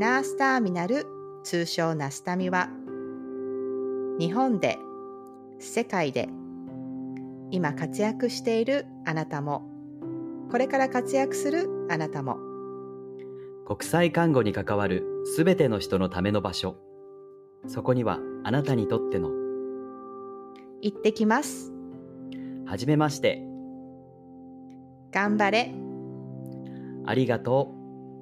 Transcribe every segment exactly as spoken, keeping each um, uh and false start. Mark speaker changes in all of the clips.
Speaker 1: ナースターミナル、通称ナスタミは、日本で、世界で、今活躍しているあなたも、これから活躍するあなたも、
Speaker 2: 国際看護に関わるすべての人のための場所。そこにはあなたにとっての。
Speaker 1: 行ってきます。
Speaker 2: はじめまして。
Speaker 1: 頑張れ。
Speaker 2: ありがと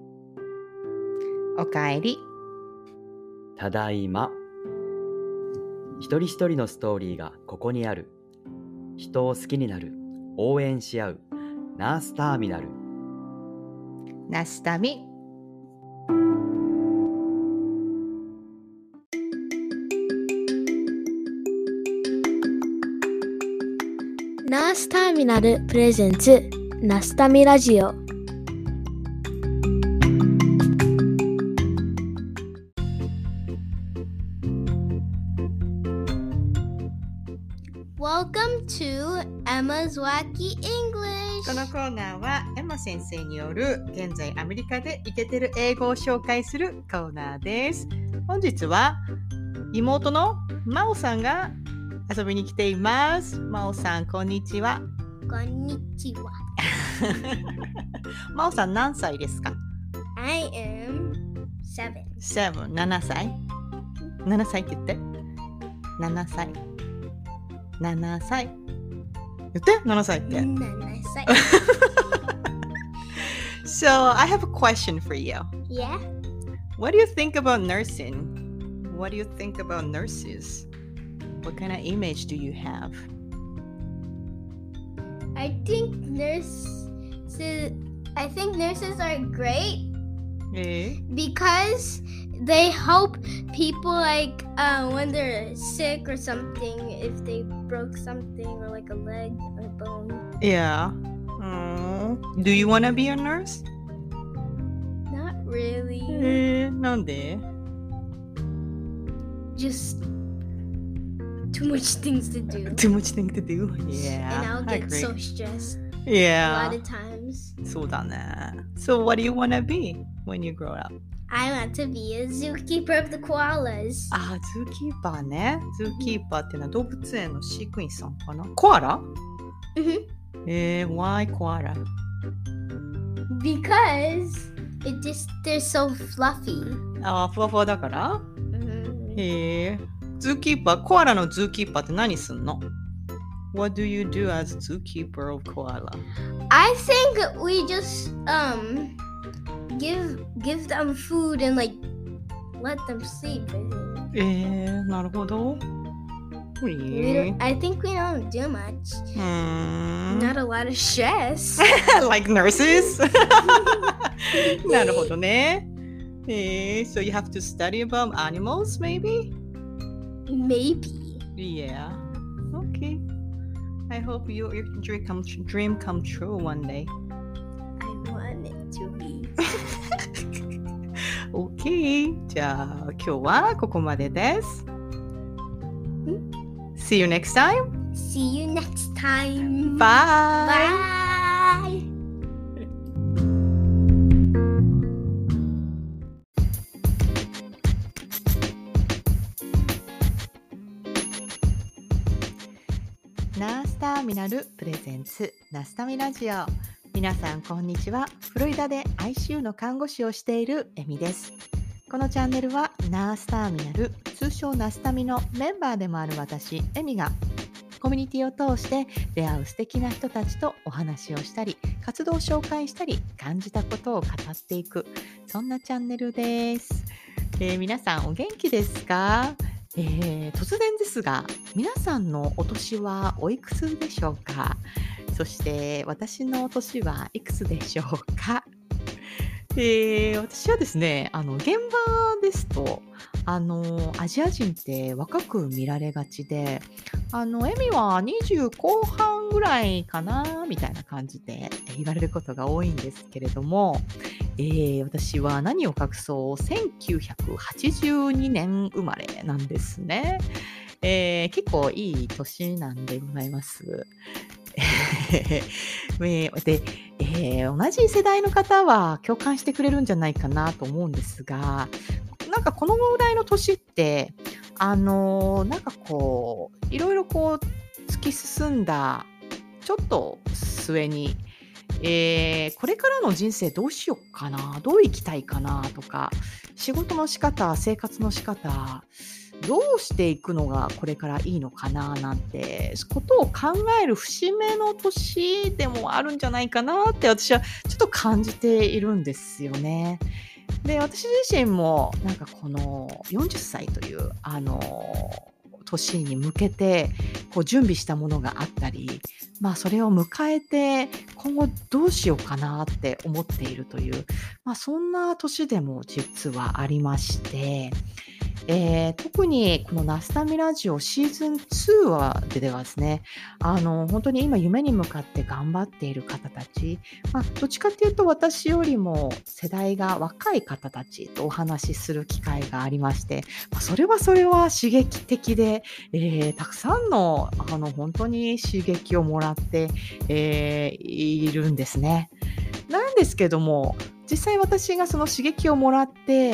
Speaker 1: う。おかえり。
Speaker 2: ただいま。一人一人のストーリーがここにある。人を好きになる。応援し合う。ナースターミナル。
Speaker 1: ナスタミ。
Speaker 3: ナースターミナルプレゼンツナスタミラジオ。Welcome to Emma's Wacky English。
Speaker 1: このコーナーはエマ先生による現在アメリカでイケてる英語を紹介するコーナーです。本日は妹のマオさんが遊びに来ています。マオさん、こんにちは。
Speaker 3: こんにちは。
Speaker 1: マオさん何歳ですか？
Speaker 3: I am seven。
Speaker 1: seven、ななさい。ななさいって言って。ななさい。ななさい。言って、ななさいって。
Speaker 3: ななさい。
Speaker 1: So, I have a question for you.
Speaker 3: Yeah?
Speaker 1: What do you think about nursing? What do you think about nurses? What kind of image do you have?
Speaker 3: I think nurses I think nurses are great
Speaker 1: Eh?
Speaker 3: because they help people like uh, when they're sick or something, if they broke something or like a leg or a bone.
Speaker 1: Yeah. Oh. Do you want to be a nurse?
Speaker 3: Not really.
Speaker 1: えー、なんで？
Speaker 3: Just too much things to do.
Speaker 1: Too much thing to do. Yeah.
Speaker 3: And I'll
Speaker 1: I
Speaker 3: get
Speaker 1: agree.
Speaker 3: so stressed a
Speaker 1: Yeah.
Speaker 3: lot of times.
Speaker 1: そうだね。So what do you want to be when you grow up?
Speaker 3: I want to be a zookeeper of the koalas.
Speaker 1: あー、ズーキーパーね。ズーキーパーっていうのは動物園の飼育員さんかな？コアラ？
Speaker 3: Mm-hmm.
Speaker 1: えー、why コアラ？
Speaker 3: Because it just they're so fluffy.
Speaker 1: あー、ふわふわだから？
Speaker 3: Mm-hmm.
Speaker 1: へえ。ズーキーパー、コアラのズーキーパーって何すんの？ What do you do as zookeeper of koala?
Speaker 3: I think we just um give give them food and like let them sleep. I think.
Speaker 1: えー、なるほど。え
Speaker 3: We
Speaker 1: ー
Speaker 3: don't, I think we don't do much.
Speaker 1: うーん
Speaker 3: Not a lot of stress.
Speaker 1: like nurses? なるほどね。えー、so you have to study about animals, maybe?
Speaker 3: Maybe.
Speaker 1: Yeah. Okay. I hope you, your dream come, dream come true one day.
Speaker 3: I want it to be.
Speaker 1: Okay. じゃあ今日はここまでです。See you next time.
Speaker 3: See you next time.
Speaker 1: Bye.
Speaker 3: Bye.
Speaker 1: ナースターミナルプレゼンツナスタミラジオ。皆さんこんにちは。フロリダで アイシーユー の看護師をしているエミです。このチャンネルはナースターミナル、通称ナスタミのメンバーでもある私エミがコミュニティを通して出会う素敵な人たちとお話をしたり、活動を紹介したり、感じたことを語っていく、そんなチャンネルです。えー、皆さんお元気ですか？えー、突然ですが、皆さんのお年はおいくつでしょうか？そして私のお年はいくつでしょうか？えー、私はですね、あの現場ですとあのアジア人って若く見られがちで、あのエミはにじゅう後半ぐらいかなみたいな感じで言われることが多いんですけれども、えー、私は何を隠そうせんきゅうひゃくはちじゅうにねん生まれなんですね。えー、結構いい年なんでございます。で、 えー同じ世代の方は共感してくれるんじゃないかなと思うんですが、なんかこのぐらいの年って、あのーなんかこう、いろいろこう、突き進んだ、ちょっと末に、えーこれからの人生どうしよっかな、どう生きたいかなとか、仕事の仕方、生活の仕方、どうしていくのがこれからいいのかななんてことを考える節目の年でもあるんじゃないかなって私はちょっと感じているんですよね。で、私自身もなんかこのよんじゅっさいというあの年に向けてこう準備したものがあったり、まあそれを迎えて今後どうしようかなって思っているという、まあそんな年でも実はありまして、えー特にこのナスタミラジオシーズンツーはでではですね、あの本当に今夢に向かって頑張っている方たち、まあ、どっちかっていうと私よりも世代が若い方たちとお話しする機会がありまして、まあ、それはそれは刺激的で、えーたくさんのあの本当に刺激をもらって、えーいるんですね。なんですけども、実際私がその刺激をもらって、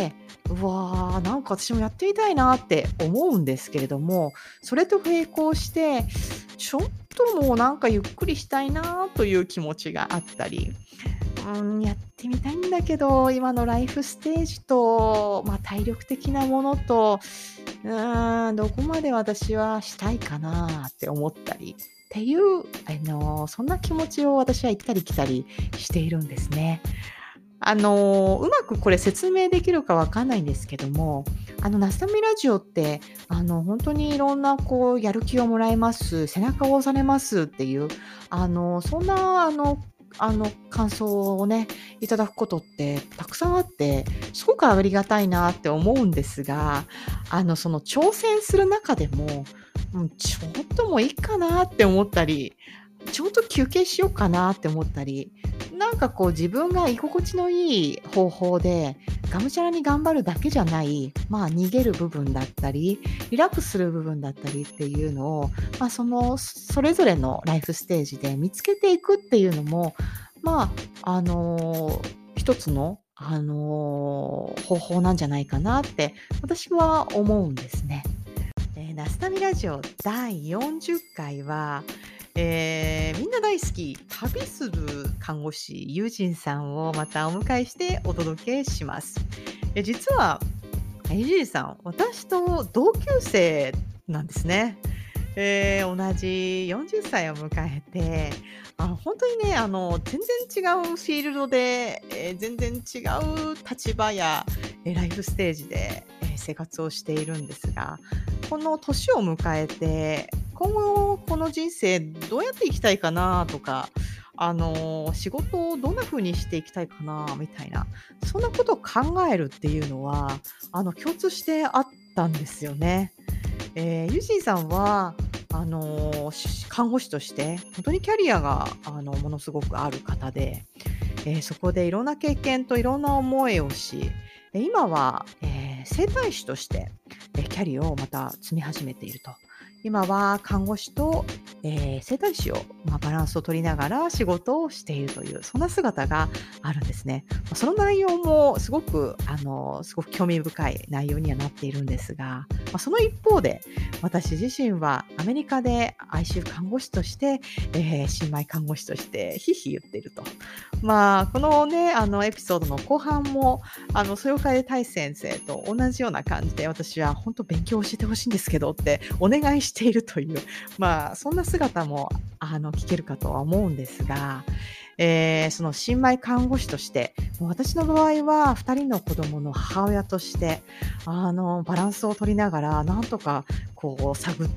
Speaker 1: うわー、なんか私もやってみたいなって思うんですけれども、それと並行して、ちょっともうなんかゆっくりしたいなという気持ちがあったり、うん、やってみたいんだけど、今のライフステージと、まあ、体力的なものと、うーん、どこまで私はしたいかなって思ったりっていう、あのそんな気持ちを私は行ったり来たりしているんですね。あのうまくこれ説明できるかわかんないんですけども、あのナスタミラジオってあの本当にいろんなこうやる気をもらえます、背中を押されますっていうあのそんなあのあの感想をねいただくことってたくさんあって、すごくありがたいなって思うんですが、あのその挑戦する中でも、うん、ちょっともういいかなって思ったり、ちょっと休憩しようかなって思ったり、なんかこう自分が居心地のいい方法でがむしゃらに頑張るだけじゃない、まあ逃げる部分だったり、リラックスする部分だったりっていうのを、まあそのそれぞれのライフステージで見つけていくっていうのも、まああのー一つのあのー方法なんじゃないかなって私は思うんですね。えーナスタミラジオだいよんじゅっかいは、えーみんな大好き旅する看護師ユージンさんをまたお迎えしてお届けします。え実はユージンさん、私と同級生なんですね。えー同じよんじゅっさいを迎えて、あ本当にね、あの全然違うフィールドで、えー全然違う立場や、えーライフステージで、えー生活をしているんですが、この年を迎えて今後この人生どうやって生きたいかなとか、あの仕事をどんな風にしていきたいかなみたいな、そんなことを考えるっていうのはあの共通してあったんですよね。えーユジンさんはあのし看護師として本当にキャリアがあのものすごくある方で、えーそこでいろんな経験といろんな思いをし、えー今は、えー整体師として、えーキャリアをまた積み始めていると。今は看護師と、えー整体師を、まあ、バランスを取りながら仕事をしているという、そんな姿があるんですね。まあその内容もすごくあのすごく興味深い内容にはなっているんですが、まあ、その一方で私自身はアメリカで アイシーユー 看護師として、えー新米看護師としてひいひい言っていると。まあこのねあのエピソードの後半もあのそよかえ大先生と同じような感じで、私は本当勉強を教えてほしいんですけどってお願いしているという、まあそんな姿もあの聞けるかとは思うんですが、えーその新米看護師として、もう私の場合はふたりの子供の母親としてあのバランスを取りながらなんとかこう探って、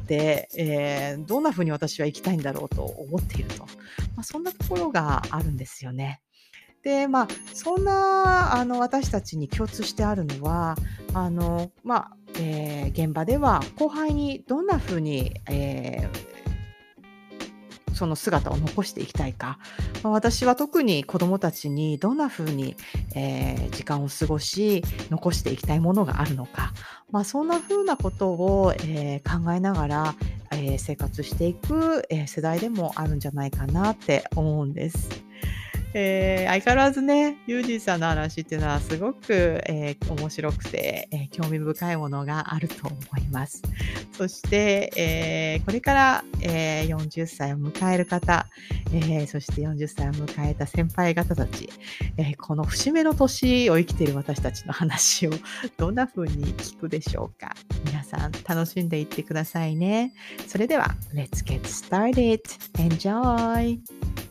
Speaker 1: えーどんな風に私は生きたいんだろうと思っていると、まあ、そんなところがあるんですよね。で、まあ、そんなあの私たちに共通してあるのは、あの、まあえー現場では後輩にどんな風に、えーその姿を残していきたいか、まあ私は特に子どもたちにどんな風に、えー時間を過ごし残していきたいものがあるのか、まあ、そんな風なことを、えー考えながら、えー生活していく、えー世代でもあるんじゃないかなって思うんです。 えー相変わらずね、ユージさんの話っていうのはすごく、えー面白くて、えー興味深いものがあると思います。そして、えーこれから、えーよんじゅっさいを迎える方、えーそしてよんじゅっさいを迎えた先輩方たち、えーこの節目の年を生きている私たちの話をどんな風に聞くでしょうか。皆さん楽しんでいってくださいね。それでは、Let's get started. Enjoy!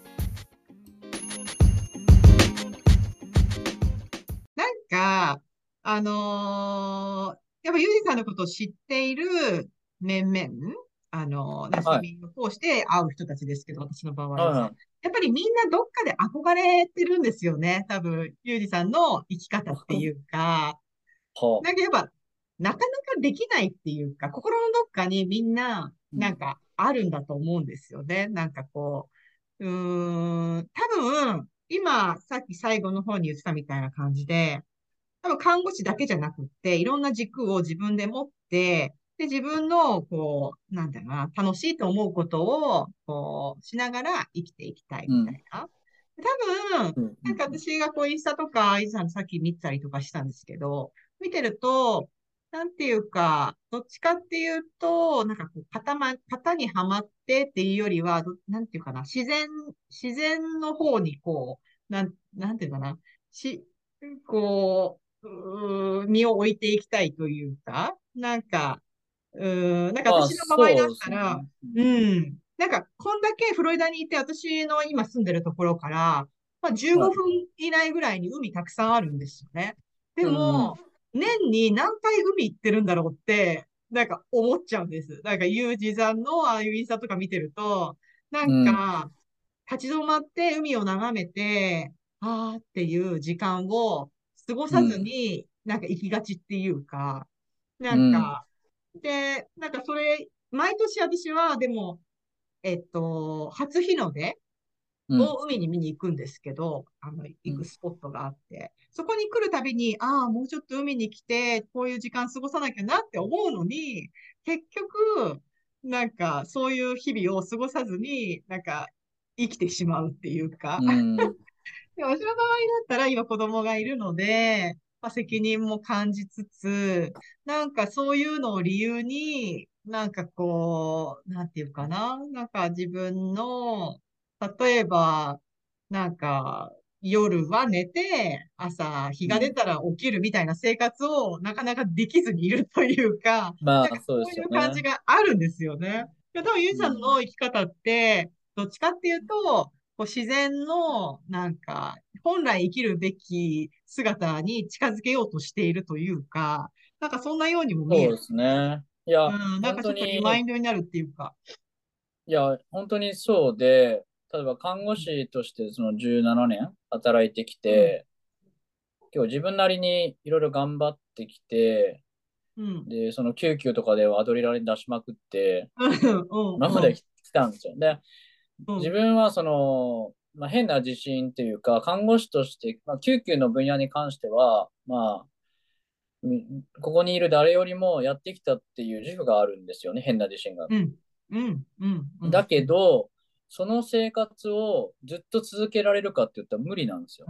Speaker 1: なんか、あのーやっぱユージさんのことを知っている面々、あのー、ナスタ
Speaker 4: はい。
Speaker 1: ミングを通して会う人たちですけど、私の場合は。
Speaker 4: は
Speaker 1: やっぱりみんなどっかで憧れてるんですよね。多分、ユージさんの生き方って
Speaker 4: い。
Speaker 1: いうか、
Speaker 4: は
Speaker 1: なんかやっぱ、なかなかできないっていうか、心のどっかにみんな、
Speaker 4: うん。
Speaker 1: なんかあるんだと思うんですよね。なんかこう、うーん、多分、今、さっき最後の方に言ってたみたいな感じで、多分看護師だけじゃなくって、いろんな軸を自分で持って、で、自分の、こう、なんだろうな、楽しいと思うことを、こう、しながら生きていきたいみた
Speaker 4: うん。
Speaker 1: いな。多分、
Speaker 4: うん。
Speaker 1: なんか
Speaker 4: うん。
Speaker 1: 私がこう、インスタとか、イズさんさっき見てたりとかしたんですけど、見てると、なんていうか、どっちかっていうと、なんかこう、型ま、型にはまってっていうよりは、どなんていうかな、自然、自然の方にこう、なん、なんていうかな、し、こう、うー身を置いていきたいというか、なんか、うーん、なんか
Speaker 4: まあ、
Speaker 1: 私の場合だっ
Speaker 4: そうですね。
Speaker 1: たら、
Speaker 4: うん。
Speaker 1: うん、なんか、こんだけフロリダにいて、私の今住んでるところから、まあ、15
Speaker 4: はい。
Speaker 1: 分以内ぐらいに海たくさんあるんですよね。で
Speaker 4: うん。
Speaker 1: も、年に何回海行ってるんだろうって、なんか思っちゃうんです。なんか、ユージさんのああいうインスタとか見てると、なん
Speaker 4: うん。
Speaker 1: か、立ち止まって海を眺めて、あーっていう時間を過ごさず
Speaker 4: うん。
Speaker 1: に、なんか行きがちっていうか、な
Speaker 4: うん。
Speaker 1: んか、で、なんかそれ、毎年私は、でも、えっと、初日の出
Speaker 4: うん。
Speaker 1: を海に見に行くんですけど、あの、
Speaker 4: うん。
Speaker 1: 行くスポットがあって、そこに来るたびに、ああ、もうちょっと海に来て、こういう時間過ごさなきゃなって思うのに、結局、なんか、そういう日々を過ごさずに、なんか、生きてしまうっていうか、
Speaker 4: うん。
Speaker 1: で、私の場合だったら今子供がいるので、まあ、責任も感じつつ、なんかそういうのを理由に、なんかこう、なんていうかな、なんか自分の、例えば、なんか夜は寝て、朝日
Speaker 4: うん。
Speaker 1: が出たら起きるみたいな生活をなかなかできずにいるというか、なんか
Speaker 4: まあ、そうで
Speaker 1: そういう感じ
Speaker 4: すよね。
Speaker 1: があるんですよね。で、多分ゆいさん
Speaker 4: うん。
Speaker 1: の生き方って、どっちかっていうと、こう自然の、なんか、本来生きるべき姿に近づけようとしているというか、なんかそんなようにも見える。
Speaker 4: そうですね。いや、
Speaker 1: うん、なん
Speaker 4: 本当
Speaker 1: かちょっとリマイ
Speaker 4: に、
Speaker 1: ンドになるっていうか。
Speaker 4: いや、本当にそうで、例えば看護師としてそのじゅうななねん働いてき
Speaker 1: うん、
Speaker 4: て、今日自分なりにいろいろ頑張ってきて、
Speaker 1: うん、
Speaker 4: で、その救急とかではアドレナリン出しまくって、
Speaker 1: うん、うん、
Speaker 4: 今まで来たんですよ。で、自
Speaker 1: うん、
Speaker 4: 分はその、まあ、変な自信っていうか、看護師として、まあ、救急の分野に関しては、まあ、みここにいる誰よりもやってきたっていう自負があるんですよね、変な自信が。
Speaker 1: うん、うん、うん、うん、
Speaker 4: だけど、その生活をずっと続けられるかって言ったら無理なんですよ、
Speaker 1: うん、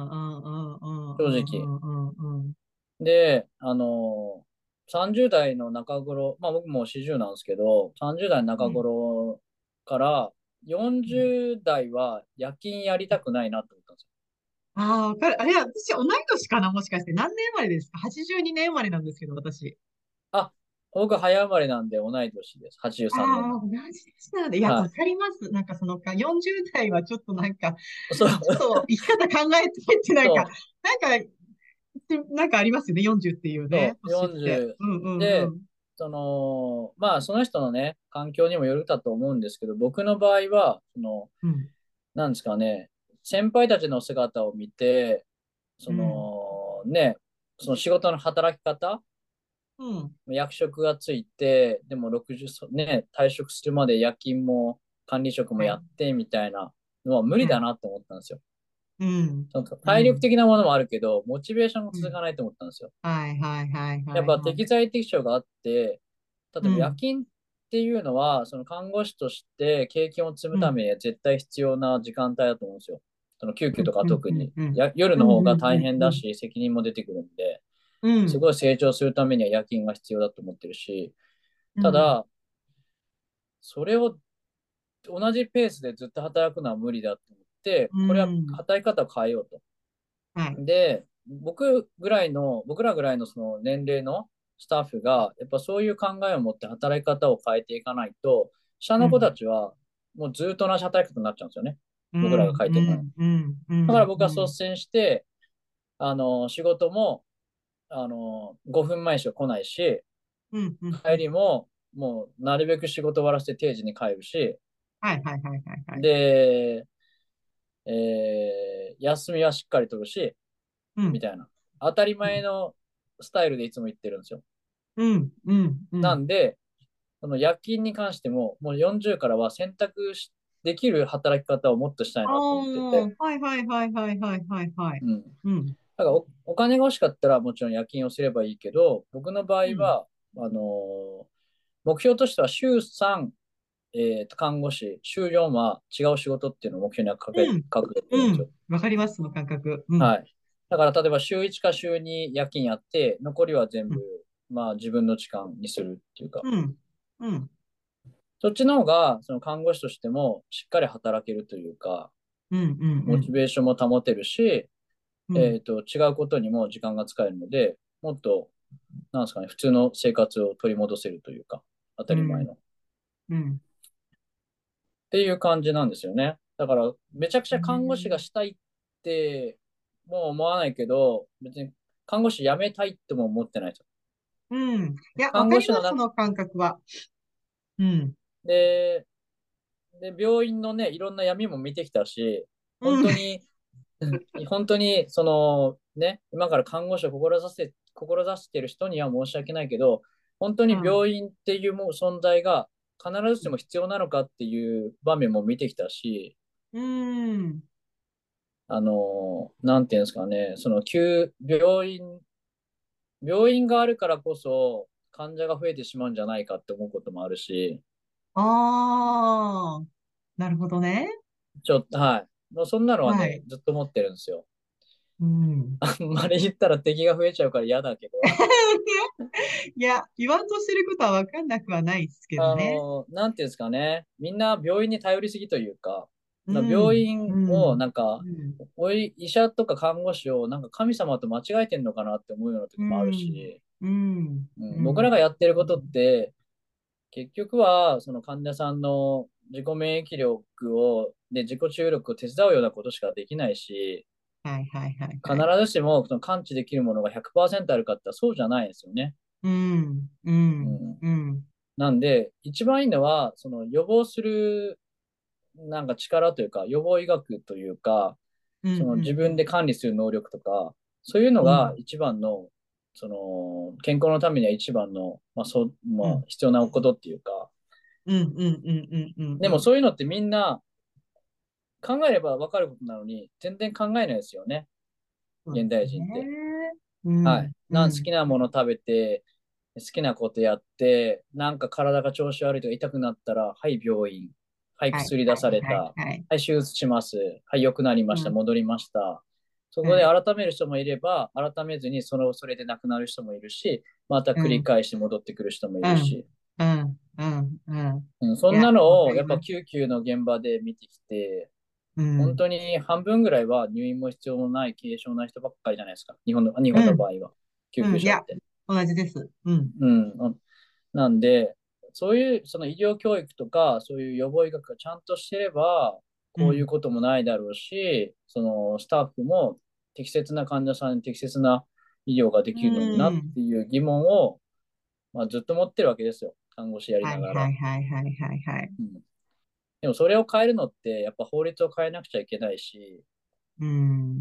Speaker 1: うん、うん、うん、
Speaker 4: 正直。
Speaker 1: うん、うん、うん、
Speaker 4: で、あの、さんじゅう代の中頃、まあ僕もよんじゅうなんですけど、さんじゅう代の中
Speaker 1: うん。
Speaker 4: 頃からよんじゅう代は夜勤やりたくないなと思ったんですよ。
Speaker 1: ああ、わかる。あれ、私、同い年かなもしかして。何年生まれですか？ はちじゅうに 年生まれなんですけど、私。
Speaker 4: あ、僕早生まれなんで同い年です。はちじゅうさんねん
Speaker 1: ああ、
Speaker 4: なんで。
Speaker 1: 同じですなんで。いや、わ
Speaker 4: は
Speaker 1: かります。なんかそのか、よんじゅう代はちょっとなんか、
Speaker 4: い。そう、
Speaker 1: ちょっと生き方考えてってなんか、
Speaker 4: そう、
Speaker 1: なんか、なんかありますよね、よんじゅうっていうね、
Speaker 4: そう、
Speaker 1: 年って。うんう
Speaker 4: よんじゅう。で、
Speaker 1: んうん。
Speaker 4: その、まあその人のね、環境にもよるかと思うんですけど、僕の場合は、その、
Speaker 1: うん。
Speaker 4: なんですかね、先輩たちの姿を見て、そ
Speaker 1: うん。
Speaker 4: のね、その仕事の働き方、
Speaker 1: うん。
Speaker 4: 役職がついて、でもろくじゅう、ね、退職するまで夜勤も管理職も
Speaker 1: はい。
Speaker 4: やってみたいなのは無理
Speaker 1: はい。
Speaker 4: だなって思ったんですよ。
Speaker 1: うん。
Speaker 4: その体力
Speaker 1: うん。
Speaker 4: 的なものもあるけど、モチベーションが
Speaker 1: うん。
Speaker 4: 続かないと思ったんですよ。
Speaker 1: はいはいはい
Speaker 4: やっぱ適
Speaker 1: はいはい。
Speaker 4: 材適所があって、例えば夜
Speaker 1: うん。
Speaker 4: 勤っていうのは、その看護師として経験を積む
Speaker 1: うん。
Speaker 4: ためには絶対必要な時間帯だと思うんですよ。 その救急とか
Speaker 1: うん、
Speaker 4: 特に。
Speaker 1: うん、
Speaker 4: や夜
Speaker 1: うん、
Speaker 4: の方が
Speaker 1: うん、
Speaker 4: 大変
Speaker 1: うん、
Speaker 4: だし、責任も出てくるんで、
Speaker 1: うん、
Speaker 4: すごい成長するためには夜勤が必要だと思ってるし、
Speaker 1: うん、
Speaker 4: ただ、それを同じペースでずっと働くのは無理だと思って、
Speaker 1: う
Speaker 4: これは
Speaker 1: ん、
Speaker 4: 働き方を変えようと。
Speaker 1: はい。
Speaker 4: で、僕ぐらいの、僕らぐらいのその年齢のスタッフが、やっぱそういう考えを持って働き方を変えていかないと、下の子た
Speaker 1: うん、
Speaker 4: ちはもうずっと同じ働き方になっちゃうんですよね。僕らが
Speaker 1: うん、
Speaker 4: 書いてるのは。
Speaker 1: うん、うん、うん、
Speaker 4: だから僕は率
Speaker 1: うん、
Speaker 4: 先して、あの、仕事も、あの、ごふんまえしか来ないし、
Speaker 1: うん、うん、う
Speaker 4: 帰
Speaker 1: ん。
Speaker 4: りも、もうなるべく仕事終わらせて定時に帰るし、
Speaker 1: はい、はい、はい、はい、はい。
Speaker 4: で、えー休みはしっかり取るし、
Speaker 1: うん、
Speaker 4: みたいな。当たり
Speaker 1: うん、
Speaker 4: 前のスタイルでいつも言ってるんですよ。
Speaker 1: うん、うん、うん。
Speaker 4: なんで、その夜勤に関しても、もうよんじゅうからは選択できる働き方をもっとしたい
Speaker 1: あ
Speaker 4: なと思ってて、
Speaker 1: あ、はい、はい、はい、はい、はい、はい、はい。
Speaker 4: うん。
Speaker 1: うん、
Speaker 4: だからお、お金が欲しかったらもちろん夜勤をすればいいけど、僕の場合
Speaker 1: うん、
Speaker 4: は、あのー目標としては週さん、えーと、看護師、週よんは違う仕事っていうのを目標にはかけ、
Speaker 1: うん、
Speaker 4: 掲げてるんですよ。
Speaker 1: うん。わかります、その感覚。うん、
Speaker 4: はい。だから例えば週いちか週に夜勤やって、残りは全部、
Speaker 1: うん、
Speaker 4: まあ自分の時間にするっていうか、
Speaker 1: うん、うん、
Speaker 4: そっちの方が、その看護師としてもしっかり働けるというか、
Speaker 1: うん、うん、うん、
Speaker 4: モチベーションも保てるし、
Speaker 1: うん、
Speaker 4: えっと、違うことにも時間が使えるので、もっと、なんですかね、普通の生活を取り戻せるというか、当た
Speaker 1: うん、
Speaker 4: り前の。っ
Speaker 1: うん。
Speaker 4: ていう感じなんですよね。だから、めちゃくちゃ看護師が
Speaker 1: ね
Speaker 4: したいってもう思わないけど、別に看護師辞めたいっても思ってないですよ。
Speaker 1: うん。いや、わ
Speaker 4: 看
Speaker 1: かります、そ
Speaker 4: 護師の中
Speaker 1: の感覚は。うん、
Speaker 4: で、で、病院のね、いろんな闇も見てきたし、本
Speaker 1: うん、
Speaker 4: 当に、本当に、そのね、今から看護師を志して、志している人には申し訳ないけど、本当に
Speaker 1: うん、
Speaker 4: 病院っていうもう存在が必ずしも必要なのかっていう場面も見てきたし、
Speaker 1: うん、
Speaker 4: あの、なんていうんですかね、その急、病院、病院があるからこそ患者が増えてしまうんじゃないかって思うこともあるし、
Speaker 1: ああ、なるほどね。
Speaker 4: ちょっと、はい。もうそんなのはね、
Speaker 1: はい。
Speaker 4: ずっと思ってるんですよ。
Speaker 1: うん。
Speaker 4: あんまり言ったら敵が増えちゃうから嫌だけど、
Speaker 1: いや、言わんとしてることはわかんなくはないですけど
Speaker 4: あ
Speaker 1: ね。
Speaker 4: の、なんていうんですかね、みんな病院に頼りすぎというか、
Speaker 1: う
Speaker 4: まあ病
Speaker 1: ん、
Speaker 4: 院
Speaker 1: うん、
Speaker 4: をなんか、
Speaker 1: うん、
Speaker 4: おい医者とか看護師をなんか神様と間違えてんのかなって思うような
Speaker 1: う
Speaker 4: 時もある
Speaker 1: ん、
Speaker 4: し、
Speaker 1: うん、
Speaker 4: うん、僕ら
Speaker 1: うん、
Speaker 4: がやってることって、結局はその患者さんの自己免疫力を、で、自己注力を手伝うようなことしかできないし、
Speaker 1: はい、はい、はい、
Speaker 4: 必
Speaker 1: はい。
Speaker 4: ずしもその感知できるものがひゃくパーセントあるかって言ったらそうじゃないんですよね。
Speaker 1: うん、うん、
Speaker 4: うん。
Speaker 1: うん、
Speaker 4: なんで、一番いいのは、その予防するなんか力というか、予防医学というか、
Speaker 1: うん、
Speaker 4: その自
Speaker 1: うん、
Speaker 4: 分で管理する能力とか、そういうの
Speaker 1: うん、
Speaker 4: が一番の、その健康のためには一番の、まあそうまあ、
Speaker 1: うん、
Speaker 4: 必要なことっていうか、
Speaker 1: うん、うん、うん、うん、うん、
Speaker 4: でも
Speaker 1: うん。
Speaker 4: そういうのってみんな考えれば分かることなのに、全然考えないですよね、現
Speaker 1: そうです
Speaker 4: 代人って。
Speaker 1: ね。う
Speaker 4: はい。
Speaker 1: ん、う
Speaker 4: なん好き
Speaker 1: ん。
Speaker 4: なもの食べて、好きなことやって、なんか体が調子悪いとか痛くなったら、はい、病院。はい、
Speaker 1: はい、
Speaker 4: 薬出
Speaker 1: はい、はい、
Speaker 4: された。
Speaker 1: はい。
Speaker 4: はい、手術します。はい、良くなりました。
Speaker 1: うん、
Speaker 4: 戻りました。そこで
Speaker 1: はい。
Speaker 4: 改める人もいれば、改めずにそのそれで亡くなる人もいるし、また繰り
Speaker 1: うん、
Speaker 4: 返し戻ってくる人もい
Speaker 1: うん、
Speaker 4: るし、
Speaker 1: うん、うん、うん。
Speaker 4: うん、そんな
Speaker 1: いや、わ
Speaker 4: のをやっぱ
Speaker 1: かります。
Speaker 4: 救急の現場で見てきて、
Speaker 1: うん、
Speaker 4: 本当に半分ぐらいは入院も必要のない軽症な人ばっかりじゃないですか。日本の、日本
Speaker 1: うん、
Speaker 4: の場合は、救
Speaker 1: うん。いや、
Speaker 4: 急車って。
Speaker 1: 同じです。うん、
Speaker 4: うん。なんで、そういうその医療教育とか、そういう予防医学がちゃんとしてれば、こういう
Speaker 1: うん、
Speaker 4: こともないだろうし、そのスタッフも適切な患者さんに適切な医療がで
Speaker 1: う
Speaker 4: きるのになっ
Speaker 1: ん。
Speaker 4: ていう疑問を、まあ、ずっと持ってるわけですよ。看護師やり
Speaker 1: はい、
Speaker 4: ながら。
Speaker 1: はい、はい、はい、はい、はい。
Speaker 4: うん、でもそれを変えるのって、やっぱ法律を変えなくちゃいけないし、
Speaker 1: うん、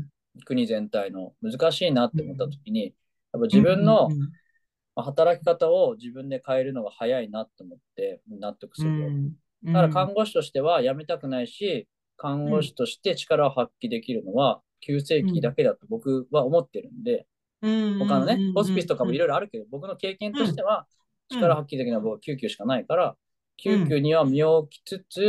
Speaker 4: 国全体の難しいなって思った
Speaker 1: うん、
Speaker 4: 時に、やっぱ自
Speaker 1: うん、
Speaker 4: 分の
Speaker 1: うん、
Speaker 4: 働き方を自分で変えるのが早いなと思って納得
Speaker 1: う
Speaker 4: するよ。
Speaker 1: ん、う
Speaker 4: だから
Speaker 1: ん、
Speaker 4: 看護師としては辞めたくないし、看
Speaker 1: うん、
Speaker 4: 護師として力を発揮できるのは急性
Speaker 1: うん、
Speaker 4: 期だけだと僕は思ってるんで、
Speaker 1: うん、
Speaker 4: 他のね、ホ
Speaker 1: うん、うん、
Speaker 4: スピスとかもい
Speaker 1: うん、
Speaker 4: ろいろあるけど、僕の経験と
Speaker 1: うん、
Speaker 4: しては
Speaker 1: うん、
Speaker 4: 力を発揮できるのは僕は救急しかないから、
Speaker 1: うん、
Speaker 4: 救急には身を置きつつ、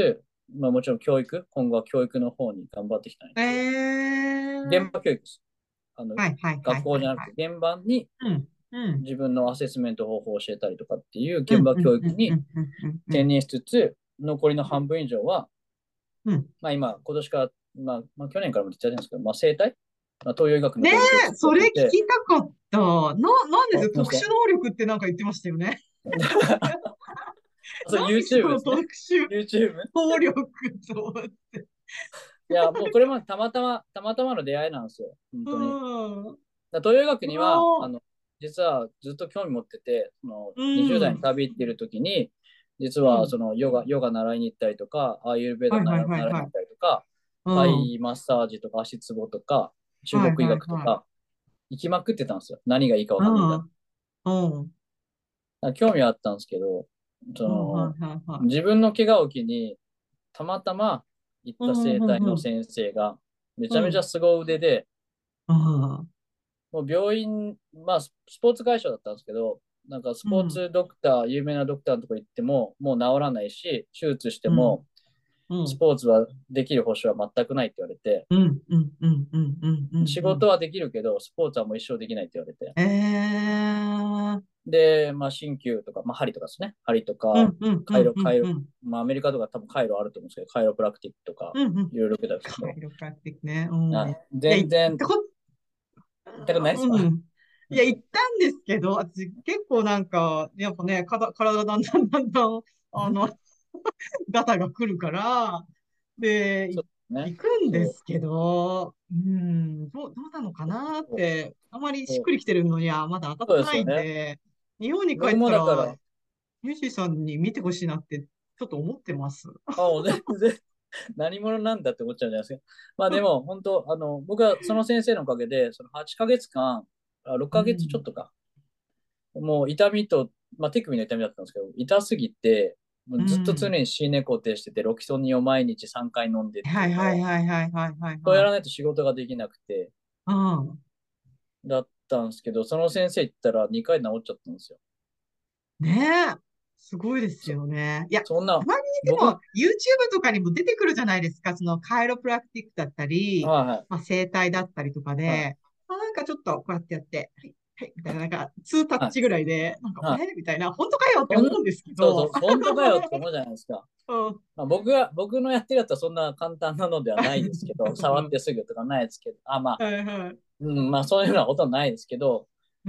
Speaker 4: まあもちろん教育、今後は教育の方に頑張っていきたいん
Speaker 1: え
Speaker 4: で、現
Speaker 1: ー、
Speaker 4: 場教育です。あの、
Speaker 1: はいはいは
Speaker 4: 学
Speaker 1: いはいはい。
Speaker 4: 校じゃなくて、現場に
Speaker 1: うん、うん、
Speaker 4: 自分のアセスメント方法を教えたりとかっていう
Speaker 1: うん、
Speaker 4: 現場
Speaker 1: うん、
Speaker 4: 教育に
Speaker 1: うん、うん、うん、うん、
Speaker 4: 専念しつつ、残りの半分以上は、
Speaker 1: うん。
Speaker 4: まあ今、今年から、まあ、まあ去年からも言っちゃってるんですけど、まあ生態、まあ、東洋医学の
Speaker 1: ね
Speaker 4: 勉強をずっ
Speaker 1: え、
Speaker 4: とや
Speaker 1: それ聞
Speaker 4: ってて、
Speaker 1: きたかった。な、なんですよ。
Speaker 4: あ、そうです
Speaker 1: 特殊能力ってなんか言ってましたよね。
Speaker 4: か。そう、
Speaker 1: 何そ
Speaker 4: YouTube で
Speaker 1: の
Speaker 4: すね。
Speaker 1: 特殊
Speaker 4: YouTube。
Speaker 1: 能力と。
Speaker 4: いや、もうこれもたまたま、たまたまの出会いなんですよ。本
Speaker 1: う
Speaker 4: 当に。
Speaker 1: ん。
Speaker 4: だ東洋医学には、あ
Speaker 1: も
Speaker 4: の、実はずっと興味持ってて、その
Speaker 1: う、
Speaker 4: にじゅう代に
Speaker 1: うん、
Speaker 4: 旅行ってる時に、実
Speaker 1: うん。
Speaker 4: はそのヨガ、ヨガ習いに行ったりとか、アーユルベーダ
Speaker 1: はいはい
Speaker 4: 習
Speaker 1: はいはい。
Speaker 4: 習いに行ったりとか、
Speaker 1: うん。
Speaker 4: タイマッサージとか足つぼとか、中
Speaker 1: はい
Speaker 4: 国医
Speaker 1: はいはい。
Speaker 4: 学とか、行きまくってたんですよ。何がいいかわ
Speaker 1: う
Speaker 4: かんないから。だか
Speaker 1: ん。うん。
Speaker 4: ら興味はあったんですけど、そ
Speaker 1: うん。は
Speaker 4: の、
Speaker 1: いはいはい。
Speaker 4: 自分の怪我を機に、たまたま行っ
Speaker 1: うん。
Speaker 4: た整
Speaker 1: うん。うん。
Speaker 4: 体の先生が、めち
Speaker 1: うん。
Speaker 4: ゃめちゃ凄腕で、
Speaker 1: うん。
Speaker 4: もう病院、まあ、ススポーツ会社だったんですけど、なんかスポー
Speaker 1: うん。
Speaker 4: ツドクター、有名なドクターのとこ行っても、もう治らないし、手術して
Speaker 1: うん。
Speaker 4: も、
Speaker 1: うん。
Speaker 4: スポーツはできる保証は全くないって言われて、
Speaker 1: うん。うん。うん。うん。うん。うん。
Speaker 4: 仕
Speaker 1: うん。
Speaker 4: 事はできるけど、スポーツはもう一生できないって言われて。
Speaker 1: えー。
Speaker 4: で、まあ、鍼灸とか、まあ、針とかですね。針とか、
Speaker 1: うん。うん。うん。
Speaker 4: カイロ、
Speaker 1: うん。
Speaker 4: カイロ、
Speaker 1: うん。
Speaker 4: まあ、アメリカとか多分カイロあると思うんですけど、カイロプラクティックとか、
Speaker 1: うん。うん。
Speaker 4: いろいろ受けたんですけど、
Speaker 1: カイロプラクティックね。うん。い
Speaker 4: あ、
Speaker 1: や、
Speaker 4: 全然、
Speaker 1: 行ったこ
Speaker 4: 行ったことないですか？
Speaker 1: うん。いや、行ったんですけど、私結構なんか、やっぱね、かた体だんだんだんだん、あの、ガタが来るから、で、い
Speaker 4: そうですね。
Speaker 1: 行くんで
Speaker 4: そう、
Speaker 1: すけど、うん、どう、どうなのかなっ
Speaker 4: そう、
Speaker 1: て、あまりしっ
Speaker 4: そう
Speaker 1: くりきてるのにはまだ当たっ
Speaker 4: そう
Speaker 1: てないん
Speaker 4: ですよね。
Speaker 1: で、日本に帰っ
Speaker 4: 僕も
Speaker 1: たら、
Speaker 4: だから、
Speaker 1: ユージさんに見てほしいなって、ちょっと思ってます。
Speaker 4: あ、もう全然何者なんだって思っちゃうじゃないですか。まあでも、本当、あの、僕はその先生のおかげで、そのはちかげつかん、あ、6ヶ月ちょっ
Speaker 1: うん。
Speaker 4: とか、もう痛みと、まあ手首の痛みだったんですけど、痛すぎて、も
Speaker 1: う
Speaker 4: うずっと常
Speaker 1: ん。
Speaker 4: に C ネ固定してて、ロキソニンを毎日さんかい飲んでって
Speaker 1: はいはい
Speaker 4: いうのを、
Speaker 1: はいはいはいはい
Speaker 4: そうや
Speaker 1: はい。
Speaker 4: らないと仕事ができなくて、
Speaker 1: うん。
Speaker 4: だったんですけど、その先生行ったらにかい治っちゃったんですよ。
Speaker 1: ねえ。すごいです
Speaker 4: そ、
Speaker 1: よね。いや、
Speaker 4: そんな、
Speaker 1: たまにで
Speaker 4: 僕、
Speaker 1: も YouTube とかにも出てくるじゃないですか。そのカイロプラクティックだったり、
Speaker 4: はいはい、
Speaker 1: まあ、整体だったりとか
Speaker 4: はい、
Speaker 1: で、まあ、なんかちょっとこうやってやって、はい、はい、みたいな、なんかツータッ
Speaker 4: はい、
Speaker 1: チぐらいで、なんか、あ
Speaker 4: はい。
Speaker 1: れみたいな、本当かよって
Speaker 4: そん、
Speaker 1: 思うんですけど。
Speaker 4: そうそう、本当かよって思うじゃないですか。
Speaker 1: うん。
Speaker 4: まあ、僕が、僕のやってるやつはそんな簡単なのではないですけど、触ってすぐとかないですけど、あ、まあ、
Speaker 1: はいはい。
Speaker 4: うん、まあそういうのはほとんどないですけど、
Speaker 1: うん。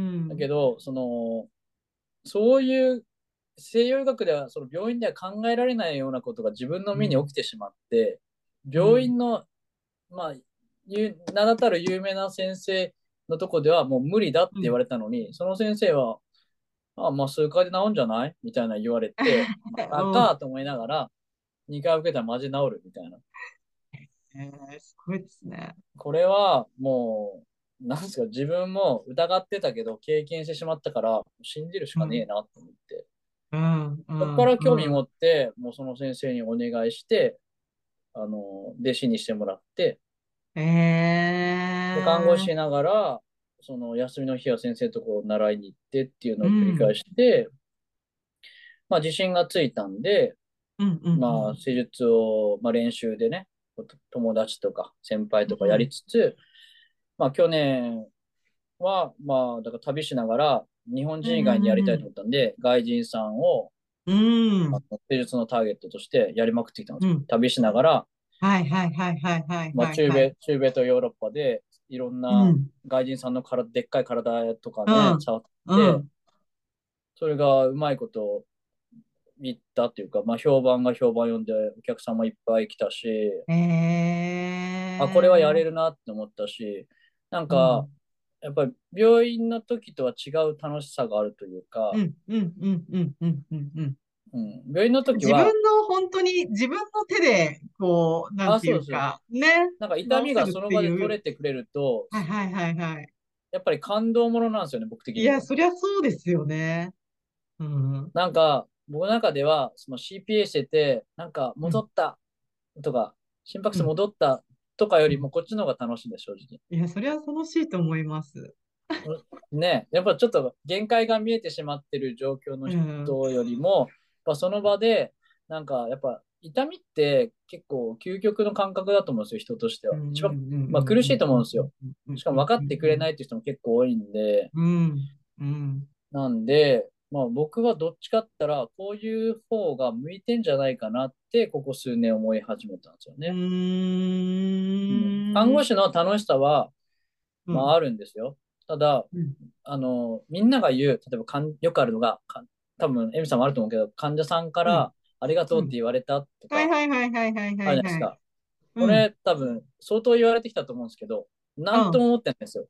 Speaker 4: だけど、その、そういう西洋医学では、その病院では考えられないようなことが自分の身に起
Speaker 1: うん。
Speaker 4: きてしまって、
Speaker 1: うん。
Speaker 4: 病院の、まあ、名だたる有名な先生のとこではもう無理だって
Speaker 1: うん。
Speaker 4: 言われたのに、その先生は、あ、まあ数回で治るんじゃないみたいな言われて、また
Speaker 1: うん。
Speaker 4: かと思いながら、にかい受けたらマジ治るみたいな。
Speaker 1: えー、すごいですね。
Speaker 4: これはもう、なんですか、自分も疑ってたけど、経験してしまったから、信じるしかねえ
Speaker 1: うん。
Speaker 4: なと思って。
Speaker 1: うん。う
Speaker 4: そこか
Speaker 1: ん。
Speaker 4: ら興味持
Speaker 1: うん。
Speaker 4: って、もうその先生にお願いして、あの、弟子にしてもらって、で、看護師
Speaker 1: ええ
Speaker 4: しながら、その休みの日は先生のところ習いに行ってっていうの
Speaker 1: う
Speaker 4: を繰り返
Speaker 1: ん。
Speaker 4: して、まあ自信がついたんで、
Speaker 1: うん、うん、う
Speaker 4: まあ
Speaker 1: ん。
Speaker 4: 施術を、まあ、練習でね、友達とか先輩とかやり
Speaker 1: うん、
Speaker 4: つつ、まあ去年は、まあ、だから旅しながら、日本
Speaker 1: うん、
Speaker 4: 人以外にやりたいと
Speaker 1: うん、
Speaker 4: 思ったんで、外人さんを、
Speaker 1: うん。う
Speaker 4: あ
Speaker 1: ん、
Speaker 4: の施術のターゲットとしてやりまくってきたんですよ。
Speaker 1: うん。
Speaker 4: 旅しながら、
Speaker 1: はいはいはいはいはい
Speaker 4: まあ、
Speaker 1: はいはい。
Speaker 4: 中米、中米とヨーロッパで、いろんな
Speaker 1: うん、
Speaker 4: 外人さんの体、でっかい体とかね、
Speaker 1: うん、
Speaker 4: 触っ
Speaker 1: う
Speaker 4: て、
Speaker 1: ん。
Speaker 4: それがうまいこと言ったっていうか、まあ、評判が評判読んで、お客さんもいっぱい来たし、あ、これはやれる
Speaker 1: ええ
Speaker 4: なって思ったし、なんか、
Speaker 1: うん、
Speaker 4: やっぱり病院の時とは違う楽しさがあるというか、
Speaker 1: うん、うん、うん、うん、うん、うん。うん。
Speaker 4: うん、病院の時
Speaker 1: 自分
Speaker 4: は、
Speaker 1: の本当に自分の手で、こう、なん
Speaker 4: あ、
Speaker 1: てい
Speaker 4: そうです。
Speaker 1: うか、ね、
Speaker 4: なんか痛みが
Speaker 1: 直せるっ
Speaker 4: その場で取
Speaker 1: ていう。
Speaker 4: れてくれると、
Speaker 1: はいはいはいはい。
Speaker 4: やっぱり感動ものなんですよね、僕的
Speaker 1: いや、
Speaker 4: には。
Speaker 1: そりゃそうですよね。うん、うん、
Speaker 4: なんか、僕の中では、その シーピーエー してて、なんか
Speaker 1: うん、
Speaker 4: 戻ったとか、心拍数
Speaker 1: うん。
Speaker 4: 戻ったとかよりも、こっちの方が楽しいんです、正直。
Speaker 1: いや、それは楽しいと思います。
Speaker 4: ね、やっぱちょっと限界が見えてしまってる状況の
Speaker 1: うん。
Speaker 4: 人よりも、やっぱその場で、なんかやっぱ痛みって結構究極の感覚だと思うんですよ、人としては。
Speaker 1: うん
Speaker 4: 一番、
Speaker 1: うんうん
Speaker 4: まあ、苦しいと思うんですよ。
Speaker 1: うん
Speaker 4: しかも分かってくれないっていう人も結構多いんで、
Speaker 1: うんうん
Speaker 4: なんで、まあ僕はどっちかって言ったら、こういう方が向いてんじゃないかなって、ここ数年思い始めたんですよ
Speaker 1: う
Speaker 4: ね。うん。看
Speaker 1: ん
Speaker 4: 護師の楽しさは、まあ
Speaker 1: うん
Speaker 4: あるんですよ。ただ、
Speaker 1: うん
Speaker 4: あの、みんなが言う、例えばかん、よくあるのが、か多分、エミさんもあると思うけど、患者さんか
Speaker 1: うん
Speaker 4: らありがとうって
Speaker 1: うん
Speaker 4: 言われたと
Speaker 1: はい
Speaker 4: か、
Speaker 1: はいはいはいはいは
Speaker 4: あるじゃない
Speaker 1: いはい。
Speaker 4: ですか。こ
Speaker 1: うん
Speaker 4: れ多分、相当言われてきたと思うんですけど、なんと
Speaker 1: うん
Speaker 4: も思ってないんですよ。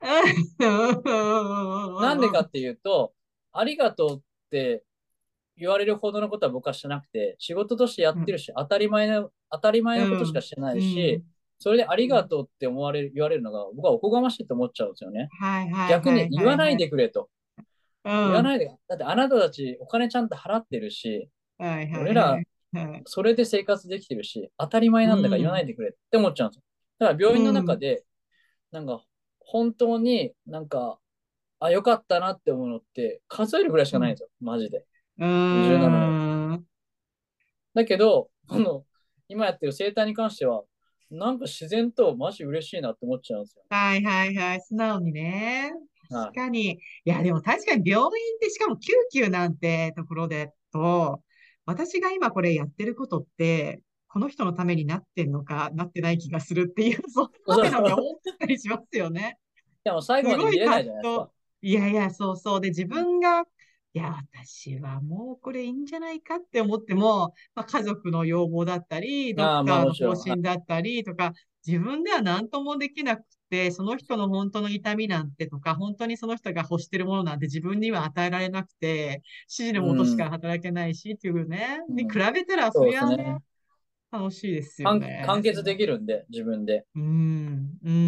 Speaker 4: なんでかっていうと、ありがとうって言われるほどのことは僕はしてなくて、仕事としてやってるし、当たり前の、当たり前のことしかしてな
Speaker 1: う
Speaker 4: いし、
Speaker 1: ん
Speaker 4: それであり
Speaker 1: うん
Speaker 4: がとうって思われる、言われるのが僕はおこがましいと思っちゃうんですよね。
Speaker 1: はいはい
Speaker 4: 逆に
Speaker 1: はい
Speaker 4: 言わない
Speaker 1: はいはい。
Speaker 4: でくれと。
Speaker 1: うん。
Speaker 4: 言わないで。だってあなたたちお金ちゃんと払ってるし、
Speaker 1: はいはいは
Speaker 4: 俺ら
Speaker 1: いはい。
Speaker 4: それで生活できてるし、当たり前
Speaker 1: う
Speaker 4: なんだから言わな
Speaker 1: ん。
Speaker 4: いでくれって思っちゃうんですよ。だから病
Speaker 1: う
Speaker 4: 院の中
Speaker 1: ん。
Speaker 4: で、なんか本当になんか、あ、よかったなって思うのって数えるぐらいし
Speaker 1: うん。
Speaker 4: かないんですよ。マジで。
Speaker 1: うー
Speaker 4: じゅうななねん。
Speaker 1: ん。
Speaker 4: だけど、この、今やってる生態に関しては、なんか自然とマジ嬉しいなって思っちゃうんですよね。
Speaker 1: はいはいはい。素直にね。
Speaker 4: はい。
Speaker 1: 確かに。いや、でも確かに病院ってしかも救急なんてところでと、私が今これやってることって、この人のためになってんのか、なってない気がするっていう、そんな
Speaker 4: そう。
Speaker 1: のが多かったりしますよね。
Speaker 4: でも最後まで見れな
Speaker 1: すごい葛藤。
Speaker 4: いじゃないですか。
Speaker 1: いやいや、そうそう。で、自分が、いや、私はもうこれいいんじゃないかって思っても、まあ、家族の要望だったり、ドク
Speaker 4: ああ、まあ
Speaker 1: ターの方
Speaker 4: もちろん。はい。
Speaker 1: 針だったりとか、自分では何ともできなくて、その人の本当の痛みなんてとか、本当にその人が欲してるものなんて自分には与えられなくて、指示の
Speaker 4: う
Speaker 1: もとしか
Speaker 4: ん。
Speaker 1: 働けないし、っていうね。に比
Speaker 4: うん。
Speaker 1: べたら、そ
Speaker 4: そうで
Speaker 1: りゃあね、
Speaker 4: すね。
Speaker 1: 楽しいですよ
Speaker 4: 完完
Speaker 1: ね。
Speaker 4: 結できるんで、自分で。
Speaker 1: うん、うん。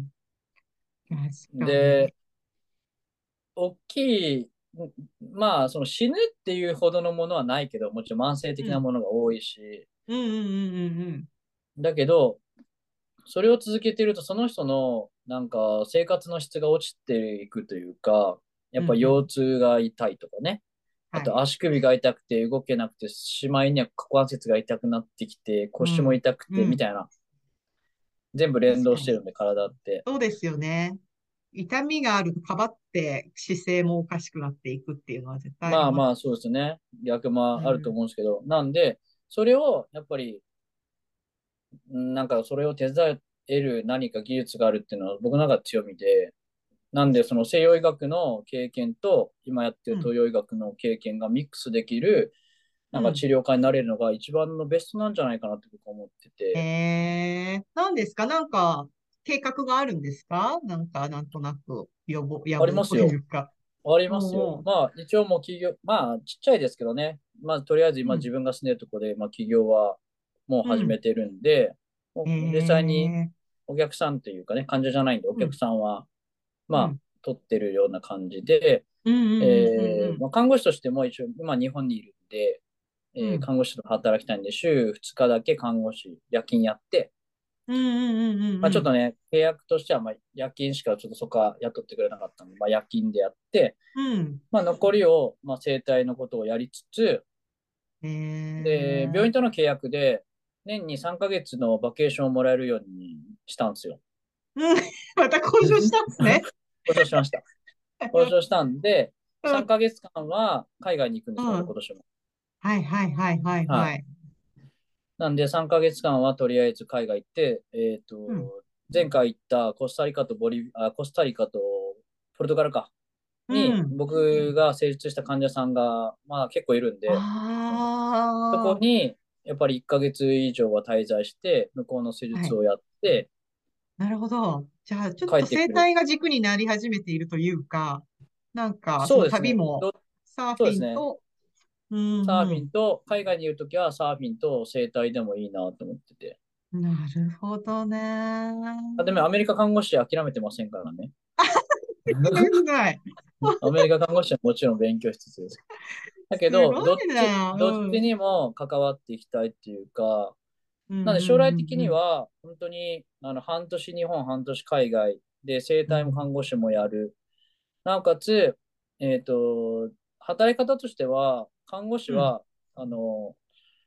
Speaker 1: 確かに。
Speaker 4: で、大きい、まあ、その死ぬっていうほどのものはないけど、もちろん慢性的な
Speaker 1: うん、
Speaker 4: ものが多いし、
Speaker 1: うん、うん、うん、うん。うん
Speaker 4: だけど、それを続けていると、その人のなんか生活の質が落ちていくというか、や
Speaker 1: うん、
Speaker 4: っぱ
Speaker 1: うん。
Speaker 4: 腰痛が痛いとかね、あ
Speaker 1: はい。
Speaker 4: と足首が痛くて動けなくて、しまいには股関節が痛くなってきて、腰も
Speaker 1: うん。
Speaker 4: 痛く
Speaker 1: うん。
Speaker 4: てみたいな、全部連
Speaker 1: 確かに。
Speaker 4: 動してるんで、体って。
Speaker 1: そうですよね。痛みがあるとかばって姿勢もおかしくなっていくっていうのは絶対あります。
Speaker 4: まあまあ、そうですね。逆もあると
Speaker 1: うん。
Speaker 4: 思うんですけど、なんで、それをやっぱりなんかそれを手伝える何か技術があるっていうのは僕の中で強みで、なんでその西洋医学の経験と今やってる
Speaker 1: うん。
Speaker 4: 東洋医学の経験がミックスできるなんか
Speaker 1: うん。
Speaker 4: 治療家になれるのが一番のベストなんじゃないかなって僕は思ってて、
Speaker 1: えー、何ですかなんか、計画があるんですかなんか、なんとなく、予防、野
Speaker 4: あり
Speaker 1: 望とい
Speaker 4: ますよ。
Speaker 1: うか。
Speaker 4: ありますよ。
Speaker 1: もう、
Speaker 4: まあ一応もう企業、まあちっちゃいですけどね、まずとりあえず
Speaker 1: うん。
Speaker 4: 今自分が住んでるところで、まあ企業はもう
Speaker 1: うん。
Speaker 4: 始めてるんで、も
Speaker 1: え
Speaker 4: う実際に
Speaker 1: ー、
Speaker 4: お客さんというかね、患者じゃないんでお客
Speaker 1: うん。
Speaker 4: さんはまあ、
Speaker 1: うん。
Speaker 4: 取ってるような感じで、
Speaker 1: うん。うん。うん。うん。
Speaker 4: えーまあ、看護師としても一応、今日本にいるんで、
Speaker 1: うん。うん。
Speaker 4: えー看護師と働きたいんで、週ふつかだけ看護師、夜勤やって、
Speaker 1: うん。うん。うん。
Speaker 4: まあ、
Speaker 1: うん。
Speaker 4: ちょっとね、契約としては、まあ、夜勤しかちょっとそこは雇ってくれなかったんで、まあ、夜勤でやって、
Speaker 1: うん。
Speaker 4: まあ、残りを、まあ、生体のことをやりつつ、
Speaker 1: え
Speaker 4: で、病院と
Speaker 1: ー、
Speaker 4: の契約で、年にさんかげつのバケーションをもらえるようにしたんですよ。
Speaker 1: うん。また交渉したんですね。
Speaker 4: 交渉しました。交渉したんで、3
Speaker 1: うん。
Speaker 4: ヶ月間は海外に行くんですよね、
Speaker 1: うん。
Speaker 4: 今年も。
Speaker 1: はいはいはいはい
Speaker 4: はい。
Speaker 1: はい。
Speaker 4: なんでさんかげつかんはとりあえず海外行って、えっと、
Speaker 1: うん。
Speaker 4: 前回行ったコスタリカとボリビあ、コスタリカとポルトガルか
Speaker 1: う
Speaker 4: に
Speaker 1: ん。
Speaker 4: 僕が成立した患者さんが、まあ結構いるんで、そこ
Speaker 1: あ
Speaker 4: にやっぱりいっかげつ以上は滞在して、向こうの施
Speaker 1: あ、はい。
Speaker 4: 術をやって、
Speaker 1: なるほど。じゃあ、ちょっと
Speaker 4: 帰ってくる。
Speaker 1: 生態が軸になり始めているというか、なんか、その
Speaker 4: そうですね。
Speaker 1: 旅も、
Speaker 4: ど
Speaker 1: サーフ
Speaker 4: そうですね。
Speaker 1: ィンと、うん
Speaker 4: サーフ
Speaker 1: うん。
Speaker 4: ィンと、海外にいるときはサーフィンと整体でもいいなと思ってて。
Speaker 1: なるほどね。
Speaker 4: あ、でもアメリカ看護師諦めてませんからね。
Speaker 1: ない。
Speaker 4: アメリカ看護師はもちろん勉強しつつです。だけど、
Speaker 1: すご
Speaker 4: どっち、
Speaker 1: いな。
Speaker 4: どっ
Speaker 1: うん。
Speaker 4: ちにも関わっていきたいっていうか、
Speaker 1: うん
Speaker 4: なので
Speaker 1: うんう
Speaker 4: 将来的
Speaker 1: んうん。
Speaker 4: には、本当に、あの、半年日本、半年海外で、生体も
Speaker 1: うん
Speaker 4: 看護師もやる。なおかつ、えっと、働き方としては、看護師
Speaker 1: うん
Speaker 4: は、あの、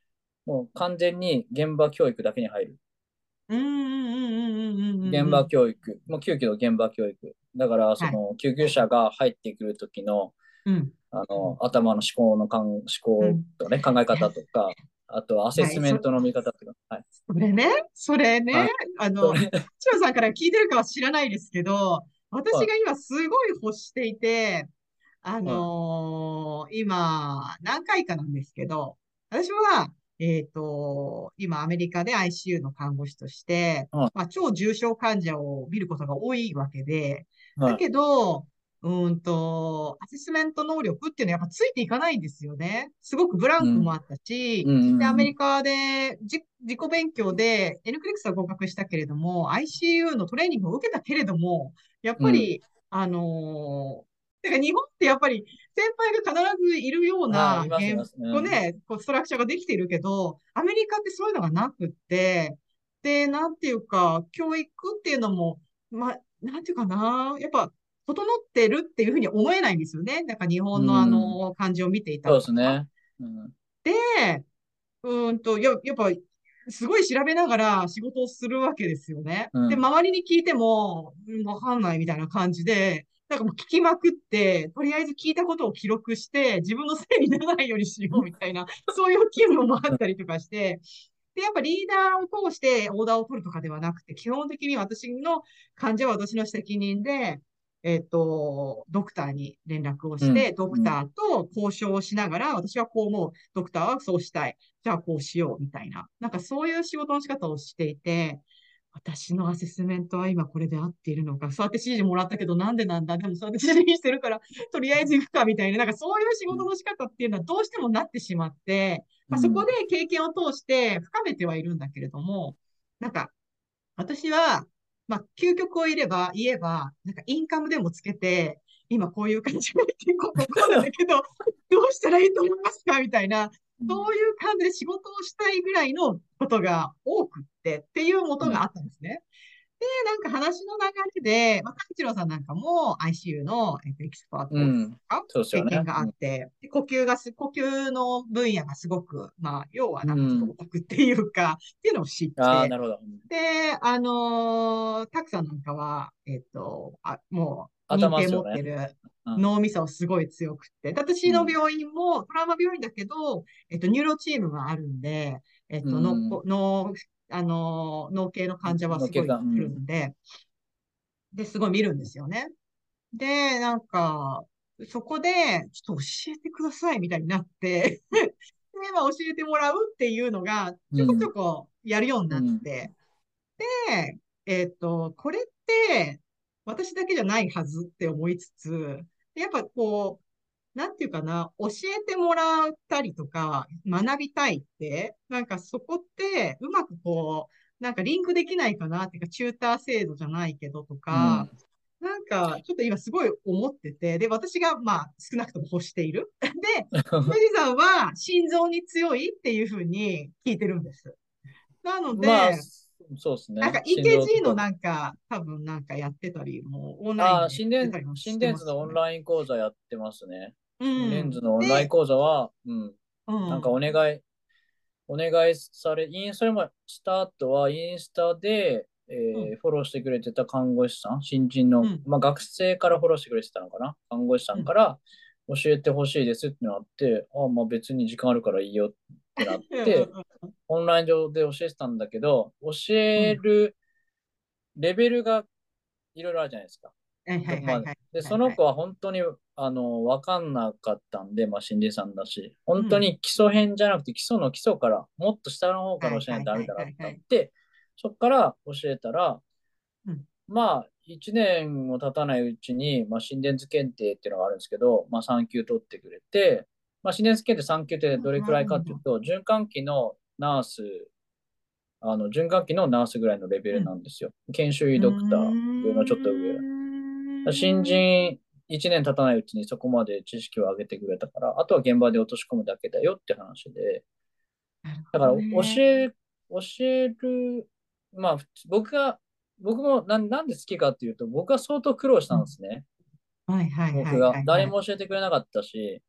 Speaker 4: もう完全に現場教育だけに入る。
Speaker 1: うんうんうんうんうんうん
Speaker 4: 現場教育、もう救急の現場教育。だから、そ
Speaker 1: はい。
Speaker 4: の救急車が入ってくるときの、
Speaker 1: うん。
Speaker 4: あの、頭の思考のかん、思考
Speaker 1: うん。
Speaker 4: とね、考え
Speaker 1: いや、
Speaker 4: 方とか、あとアセ
Speaker 1: はい。そ、
Speaker 4: スメントの見方とか、はい。
Speaker 1: それね、それね、
Speaker 4: はい。
Speaker 1: あの、
Speaker 4: それ、
Speaker 1: チロさんから聞いてるかは知らないですけど、私
Speaker 4: はい。
Speaker 1: が今すごい欲していて、あ
Speaker 4: は
Speaker 1: のー今、何回かなんですけど、私は、えっと、今アメリカで アイシーユー の看護師として、
Speaker 4: い。は
Speaker 1: まあ、超重症患者を見ることが多いわけで、
Speaker 4: い。は
Speaker 1: だけど、うーんと、アセスメント能力っていうのはやっぱついていかないんですよね。すごくブラ
Speaker 4: い。うん。
Speaker 1: ンクもあったし、
Speaker 4: うん。
Speaker 1: で、ア
Speaker 4: うん。
Speaker 1: メリカでじ自己勉強で エヌクリックスは合格したけれども、アイシーユー のトレーニングを受けたけれども、やっ
Speaker 4: うん。
Speaker 1: ぱり、あのーてか日本ってやっぱり先輩が必ずいるよう
Speaker 4: はい。
Speaker 1: な、
Speaker 4: います、い
Speaker 1: 現
Speaker 4: ます。うん。
Speaker 1: こうね、こうストラクチャーができているけど、アメリカってそういうのがなくって、で、なんていうか、教育っていうのも、まあ、なんていうかな、やっぱ、整ってるっていうふうに思えないんですよね。なんか日
Speaker 4: う
Speaker 1: 本のあ
Speaker 4: ん。
Speaker 1: の感じを見ていた
Speaker 4: そうで
Speaker 1: ら。
Speaker 4: すね。うん。
Speaker 1: で、うーんと、や、やっぱ、すごい調べながら仕事をするわけですよね。で、
Speaker 4: うん。
Speaker 1: 周りに聞いても、うんわかんないみたいな感じで、なんかもう聞きまくって、とりあえず聞いたことを記録して、自分のせいにならないようにしようみたいな、そういう気分もあったりとかして、で、やっぱリーダーを通してオーダーを取るとかではなくて、基本的に私の患者は私の責任で、えっと、ドクターに連絡を
Speaker 4: うん。
Speaker 1: して、ドク
Speaker 4: うん。
Speaker 1: ターと交渉をしながら、私はこう思う、ドクターはそうしたい。じゃあこうしようみたいな。なんかそういう仕事の仕方をしていて、私のアセスメントは今これで合っているのか。そうやって指示もらったけどなんでなんだ。でもそうやって指示してるから、とりあえず行くかみたいな。なんかそういう仕事の仕方っていうのはどうしてもなってしまって、まあ、そこで
Speaker 4: うん。
Speaker 1: 経験を通して深めてはいるんだけれども、なんか私は、まあ、究極を言えれば、言えば、なんかインカムでもつけて、今こういう感じで、こうこうこうなんだけど、どうしたらいいと思いますかみたいな、
Speaker 4: うん。
Speaker 1: そういう感じで仕事をしたいぐらいのことが多くって、っていうも
Speaker 4: うん。
Speaker 1: とがあったんですね。で、なんか話の流れで、まあ、一郎さんなんかも アイシーユー の、えっと、エキスパート
Speaker 4: うん。
Speaker 1: か
Speaker 4: そうですよね。
Speaker 1: 経験があ
Speaker 4: うん。
Speaker 1: って、で呼吸がす、呼吸の分野がすごく、まあ、要はなんかちょっとオ
Speaker 4: うん。
Speaker 1: タクっていうか、っていうのを知っ
Speaker 4: ああ、
Speaker 1: て、
Speaker 4: なるほど。うん。
Speaker 1: で、あのーたくさんなんかは、えっと、あ、もう認定
Speaker 4: 頭ですよね。
Speaker 1: 持ってる
Speaker 4: うん。
Speaker 1: 脳みそすごい強くって。で私の
Speaker 4: うん。
Speaker 1: 病院もトラウマ病院だけど、えっと、ニューロチームがあるんで、えっ
Speaker 4: う
Speaker 1: と、脳、
Speaker 4: ん。
Speaker 1: 脳、あのー脳系の患者はすごい
Speaker 4: のけが、うん。
Speaker 1: 来るんで、で、すごい見るんですよね。で、なんか、そこで、ちょっと教えてくださいみたいになって、で、まあ教えてもらうっていうのが、ちょこちょ
Speaker 4: うん。
Speaker 1: こやるようになっ
Speaker 4: うん。
Speaker 1: て、で、えっと、これって、私だけじゃないはずって思いつつ、やっぱこう、なんていうかな、教えてもらったりとか、学びたいって、なんかそこって、うまくこう、なんかリンクできないかなっていうか、チューター制度じゃないけどとか、
Speaker 4: うん。
Speaker 1: なんか、ちょっと今すごい思ってて、で、私が、まあ、少なくとも欲している。で、富士山は心臓に強いっていうふうに聞いてるんです。なの
Speaker 4: まあ、
Speaker 1: で、
Speaker 4: そうですね。
Speaker 1: なんか
Speaker 4: 心臓と
Speaker 1: イーケージー の
Speaker 4: か。
Speaker 1: なんか、多分なんかやってたりも、オンライ
Speaker 4: ああ、
Speaker 1: ンでや
Speaker 4: 心電、
Speaker 1: ってたりもして
Speaker 4: 心電図のオン
Speaker 1: ますよね。
Speaker 4: ライン講座やってますね。
Speaker 1: う
Speaker 4: 心電図
Speaker 1: ん。
Speaker 4: のオンライン
Speaker 1: で、
Speaker 4: 講座は、うん。
Speaker 1: う
Speaker 4: なんかお
Speaker 1: ん。
Speaker 4: 願い、お願いされ、インスタもした後は、インスタで、
Speaker 1: うん。
Speaker 4: えーフォローしてくれてた看護師さん、新人の、
Speaker 1: うん。
Speaker 4: まあ、学生からフォローしてくれてたのかな、看護師さ
Speaker 1: うん。
Speaker 4: んから教えてほしいですってなって、ああ、まあ別に時間あるからいいよってなっ
Speaker 1: うん。
Speaker 4: て、
Speaker 1: うん。
Speaker 4: オンライン上で教えてたんだけど、教
Speaker 1: うん。
Speaker 4: えるレベルがいろいろあるじゃないですか。
Speaker 1: はいは
Speaker 4: どこまで。
Speaker 1: いはいはい。
Speaker 4: で、
Speaker 1: はいはい。
Speaker 4: その子は本当に、あの、わかんなかったんで、まあ、心理さんだし、本当
Speaker 1: うん。
Speaker 4: に基礎編じゃなくて、基礎の基礎から、もっと下の方から教えない
Speaker 1: はいはいはい
Speaker 4: とダメだなって
Speaker 1: はいはい。
Speaker 4: なって、そこから教えたら、
Speaker 1: うん。
Speaker 4: まあ、いちねんも経たないうちに、まあ、心電図検定っていうのがあるんですけど、まあ、さん級取ってくれて、まあ、心電図検定さん級ってどれくらいかっていうと、循環器のナース、あの、循環器のナースぐらいのレベル
Speaker 1: うん。
Speaker 4: なんですよ。研修医
Speaker 1: うー
Speaker 4: ドクター上のちょっと上。新
Speaker 1: ん。
Speaker 4: 人いちねん経たないうちにそこまで知識を上げてくれたから、あとは現場で落とし込むだけだよって話で、
Speaker 1: なるほど
Speaker 4: だから教
Speaker 1: ね。
Speaker 4: え、教える、まあ、僕が、僕もななんで好きかっていうと、僕は相当苦労し
Speaker 1: うん。
Speaker 4: たんですね。
Speaker 1: はいはいはい
Speaker 4: 僕が。
Speaker 1: はいはい。
Speaker 4: 誰も教えてくれなかったし、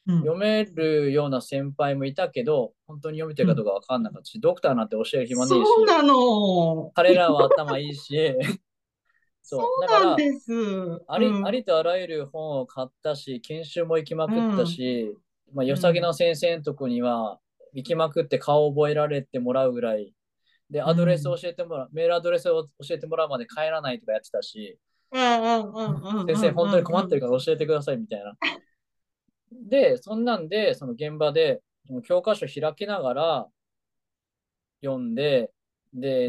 Speaker 1: うん。
Speaker 4: 読めるような先輩もいたけど、本当に読めてるかどうかわかんなかったし、ドクターなんて教える暇ねえし、
Speaker 1: そうなの。
Speaker 4: 彼らは頭いいし、
Speaker 1: そ
Speaker 4: そう。だ
Speaker 1: うなん
Speaker 4: から、
Speaker 1: です。
Speaker 4: あり、あ
Speaker 1: うん。
Speaker 4: りとあらゆる本を買ったし、研修も行きまくった
Speaker 1: うん。
Speaker 4: し、まあ、
Speaker 1: うん。
Speaker 4: 良さげな先生のとこには行きまくって顔を覚えられてもらうぐらい、で、
Speaker 1: う
Speaker 4: アドレスを
Speaker 1: ん。
Speaker 4: 教えてもらう、メールアドレスを教えてもらうまで帰らないとかやってたし、
Speaker 1: うんうんうんうん
Speaker 4: 先生、
Speaker 1: うん
Speaker 4: 本当に
Speaker 1: うんうん。
Speaker 4: 困ってるから教えてくださいみたいな。で、そんなんで、その現場で、その教科書開きながら読んで、で、
Speaker 1: うん。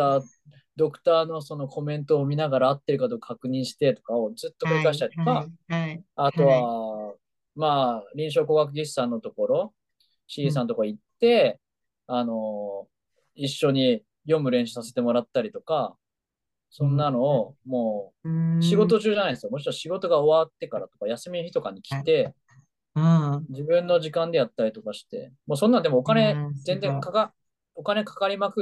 Speaker 4: ドクター、ドクターのそのコメントを見ながら合ってるかどうか確認してとかをずっと繰り返し
Speaker 1: はい、
Speaker 4: たりとか、
Speaker 1: はい、はい、
Speaker 4: あと
Speaker 1: はい。
Speaker 4: は、まあ、臨床工学技師さんのところ、
Speaker 1: う
Speaker 4: C さん
Speaker 1: ん。
Speaker 4: のところ行って、あの、一緒に読む練習させてもらったりとか、そん
Speaker 1: うん。
Speaker 4: なのをも
Speaker 1: う
Speaker 4: う仕
Speaker 1: ん。
Speaker 4: 事中じゃないですよ。もちろん仕事が終わってからとか、休みの日とかに来
Speaker 1: はい。
Speaker 4: て、
Speaker 1: うん。
Speaker 4: 自分の時間でやったりとかして、もうそんなんでもお金
Speaker 1: いやー、す
Speaker 4: 全然
Speaker 1: ごい。
Speaker 4: かか、お金かかりまくって、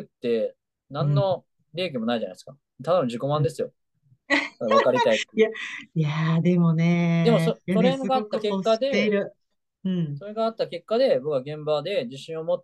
Speaker 1: うん。
Speaker 4: 何の利益もないじゃないですか。ただの自己
Speaker 1: うん。
Speaker 4: 満ですよ。ただ分かりたいっていう。
Speaker 1: いや、いやー、でもね、
Speaker 4: でもそ、
Speaker 1: いやね、
Speaker 4: それ
Speaker 1: すごく
Speaker 4: があった結
Speaker 1: 欲してい
Speaker 4: 果で、
Speaker 1: る。うん。
Speaker 4: それがあった結果で、僕は現場で自信を持って、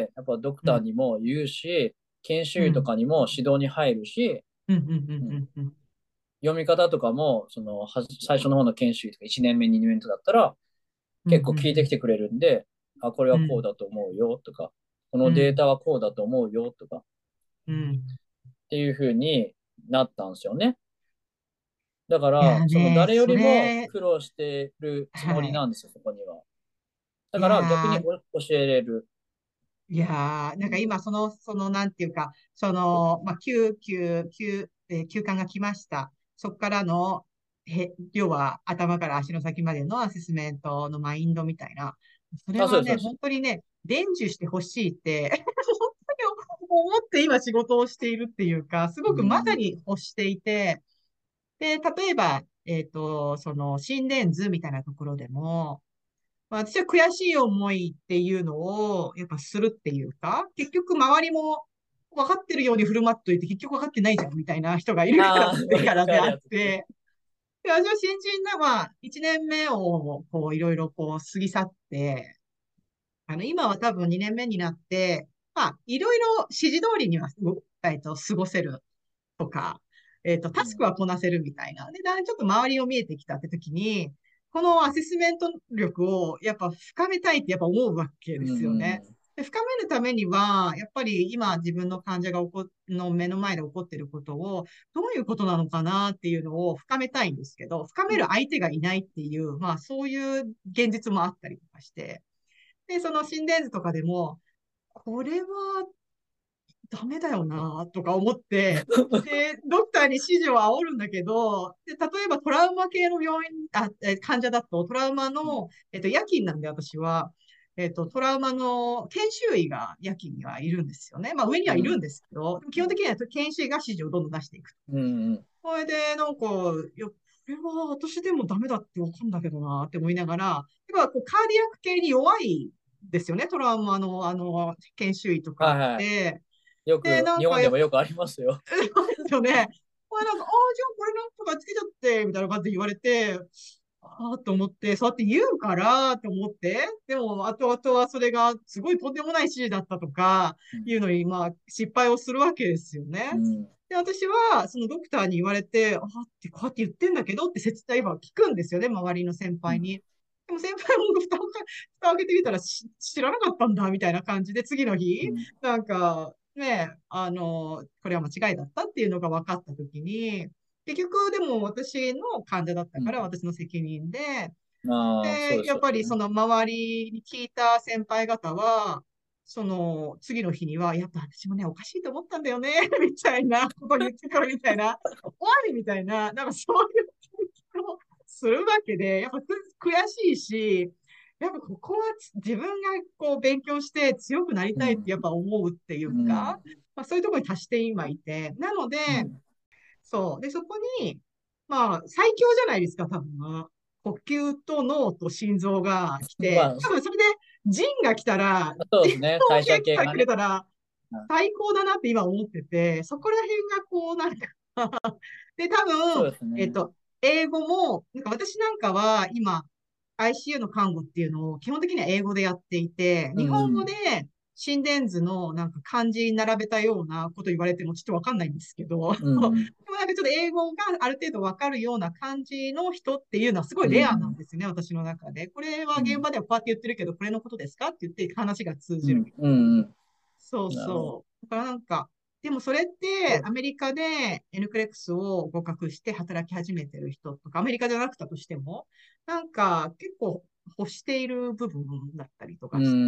Speaker 4: やっぱドク
Speaker 1: うん。
Speaker 4: ターにも言うし、研修医と
Speaker 1: うん。
Speaker 4: かにも指導に入るし、
Speaker 1: うん。うん。
Speaker 4: うん、
Speaker 1: うん。うん。
Speaker 4: 読み方とかも、その、は最初の方の研修医とかいちねんめ、にねんめとかだったら、
Speaker 1: うん。
Speaker 4: 結構聞いて
Speaker 1: うん。
Speaker 4: きてくれるんで、あ、これはこう
Speaker 1: うん。
Speaker 4: だと思うよとか、こ
Speaker 1: うん。
Speaker 4: のデータはこうだと思うよとか、
Speaker 1: うん。
Speaker 4: っていう風になったんですよね。だか
Speaker 1: いや
Speaker 4: ら、その
Speaker 1: ーね、そ
Speaker 4: 誰よりも
Speaker 1: れ、
Speaker 4: 苦労してるつも
Speaker 1: はい。
Speaker 4: りなんですよ、そこには。だ
Speaker 1: い
Speaker 4: から逆に
Speaker 1: やー、
Speaker 4: お教えれる。
Speaker 1: いやー、なんか今、その、その、なんていうか、その、まあ、救急、救、えー休館が来ました。そこからの、へ、要は頭から足の先までのアセスメントのマインドみたいな。それ
Speaker 4: あ、そうです、そう
Speaker 1: はね、
Speaker 4: です。
Speaker 1: 本当にね、伝授してほしいって、本当に思って今仕事をしているっていうか、すごくまさ
Speaker 4: うん。
Speaker 1: に欲していて、で、例えば、えっと、その、心電図みたいなところでも、まあ私は悔しい思いっていうのを、やっぱするっていうか、結局周りも分かってるように振る舞っといて、結局分かってないじゃんみたいな人がいるから、
Speaker 4: ああ、
Speaker 1: だ
Speaker 4: わ
Speaker 1: からであっ
Speaker 4: かるやつ。
Speaker 1: て、で私は新人な、まあ、一年目を、こう、いろいろこう、過ぎ去って、あの、今は多分にねんめになって、まあ、いろいろ指示通りには、えっと、過ごせるとか、えっと、タスク
Speaker 4: うん。
Speaker 1: はこなせるみたいな。で、だんだんちょっと周りを見えてきたって時に、このアセスメント力をやっぱ深めたいってやっぱ思うわけ
Speaker 4: う
Speaker 1: ですよね。
Speaker 4: ん。
Speaker 1: で、深めるためには、やっぱり今自分の患者が起こ、の目の前で起こっていることを、どういうことなのかなっていうのを深めたいんですけど、深める
Speaker 4: うん。
Speaker 1: 相手がいないっていう、まあそういう現実もあったりとかして、で、その心電図とかでも、これはダメだよなとか思って、で、ドクターに指示を煽るんだけど、で、例えばトラウマ系の病院、あ、え患者だと、トラウマの、えっと、夜勤なんで私は、えっと、トラウマの研修医が夜勤にはいるんですよね。まあ上にはいるん
Speaker 4: うん。
Speaker 1: ですけど、基本的には研修医が指示をどんどん出していく。
Speaker 4: うん。
Speaker 1: それで、なんか、いや、これは私でもダメだってわかんだけどなって思いながら、やっぱこうカーディアック系に弱いですよね、トラウマの、あの、研修医とかっ
Speaker 4: はいはい。
Speaker 1: て。で、
Speaker 4: よく、日本
Speaker 1: なんかやっ
Speaker 4: でもよくありますよ。
Speaker 1: ですよね。これなんか、ああ、じゃあこれなんとかつけちゃって、みたいな感じで言われて、ああ、と思って、そうやって言うから、と思って、でも、後々はそれがすごいとんでもない指示だったとか、
Speaker 4: うん。
Speaker 1: いうのに、まあ、失敗をするわけですよね。
Speaker 4: うん。
Speaker 1: で、私は、そのドクターに言われて、ああってこうやって言ってんだけどって説明は聞くんですよね、周りの先
Speaker 4: うん。
Speaker 1: 輩に。でも先輩も蓋をか、蓋を開けてみたらし知らなかったんだ、みたいな感じで、次の日、
Speaker 4: うん。
Speaker 1: なんか、ね、あの、これは間違いだったっていうのが分かったときに、結局でも私の患者だったから
Speaker 4: う
Speaker 1: 私の責任で、
Speaker 4: ん。ああ、そう
Speaker 1: で、
Speaker 4: ですよね。
Speaker 1: やっぱりその周りに聞いた先輩方は、その次の日には、やっぱ私もね、おかしいと思ったんだよね、みたいなことを言ってくるみたいな、終わりみたいな、なんかそういう気をするわけで、やっぱ悔しいし、やっぱここは自分がこう勉強して強くなりたいってやっ
Speaker 4: うん。
Speaker 1: ぱ思うっていう
Speaker 4: うん。
Speaker 1: か、まあそういうところに達して今いて、なので、
Speaker 4: うん。
Speaker 1: そう。で、そこに、まあ、最強じゃないですか、多分。呼吸と脳と心臓が来て、
Speaker 4: まあ、
Speaker 1: 多分それで、腎が来たら、腎
Speaker 4: そうですね。代謝
Speaker 1: 臓系来て
Speaker 4: 系がね。
Speaker 1: くれたら、
Speaker 4: うん。
Speaker 1: 最高だなって今思ってて、そこら辺がこう、なんかで、多分、
Speaker 4: そうですね。
Speaker 1: えっと、英語も、なんか私なんかは今、 アイシーユー の看護っていうのを基本的には英語でやっていて、
Speaker 4: う
Speaker 1: 日本語
Speaker 4: ん。
Speaker 1: で心電図のなんか漢字に並べたようなこと言われてもちょっとわかんないんですけど、
Speaker 4: うん。
Speaker 1: でも
Speaker 4: うん。
Speaker 1: なんかちょっと英語がある程度わかるような感じの人っていうのはすごい
Speaker 4: う
Speaker 1: レアなん
Speaker 4: ん。
Speaker 1: ですよね、私の中で。これは
Speaker 4: うん。
Speaker 1: 現場ではこうやって言ってるけど、これのことですかって言って話が通じる。
Speaker 4: うん。うん。うん。
Speaker 1: そう
Speaker 4: なるほど。
Speaker 1: そう。だからなんか、でもそれってアメリカで エヌクレックスを合格して働き始めてる人とか、アメリカじゃなくたとしても、なんか結構欲している部分だったりと
Speaker 4: う
Speaker 1: かして、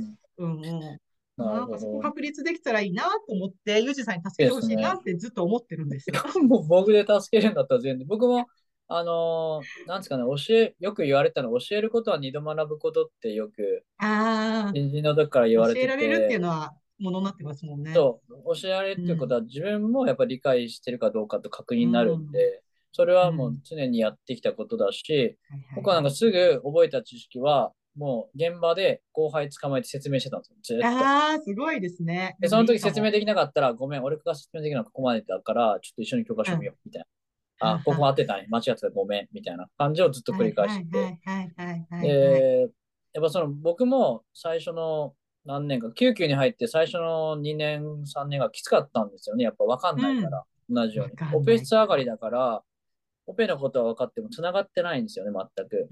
Speaker 4: ん。
Speaker 1: うんうん。
Speaker 4: なる
Speaker 1: なんかそこ
Speaker 4: ほど。
Speaker 1: 確立できたらいいなと思って、ユージさんに助け
Speaker 4: で
Speaker 1: てほしいな
Speaker 4: すね。
Speaker 1: ってずっと思ってるんです。
Speaker 4: もう僕で助けるんだったら全然。僕も、あのーなんですかね、教え、よく言われたのは、教えることは二度学ぶことってよく、
Speaker 1: あ
Speaker 4: 新人の時から言
Speaker 1: あ、
Speaker 4: われて
Speaker 1: 教えられるっていう
Speaker 4: て、
Speaker 1: のはものになってますもんね。
Speaker 4: そう、教えられる
Speaker 1: うん。
Speaker 4: っていうことは自分もやっぱり理解してるかどうかと確認
Speaker 1: う
Speaker 4: になるん
Speaker 1: ん。
Speaker 4: で、それはもう
Speaker 1: うん。
Speaker 4: 常にやってきたことだし、
Speaker 1: はいはい
Speaker 4: 僕はなんか
Speaker 1: はい。
Speaker 4: すぐ覚えた知識は、もう現場で後輩捕まえて説明してたんですよ、ずっと。
Speaker 1: ああ、すごいですね。
Speaker 4: で、
Speaker 1: でも
Speaker 4: その
Speaker 1: いいかも。
Speaker 4: 時説明できなかったら、ごめん、俺が説明できなのはここまでだから、ちょっと一緒に教科
Speaker 1: うん。
Speaker 4: 書見よう、みたいな。あ、ここ
Speaker 1: はは。
Speaker 4: 合ってたね。間違ってた。ごめん。みたいな感じをずっと繰り返
Speaker 1: はいは
Speaker 4: してて。
Speaker 1: いはいはいはいはいはい。
Speaker 4: で、やっぱその僕も最初の何年か、救急に入って最初のにねん、さんねんがきつかったんですよね。やっぱ分かんない
Speaker 1: うん。
Speaker 4: から。同じように。
Speaker 1: わか
Speaker 4: オ
Speaker 1: んないから。
Speaker 4: ペ室上がりだから、オペのことは分かっても繋がってないんですよね、全く。
Speaker 1: うん。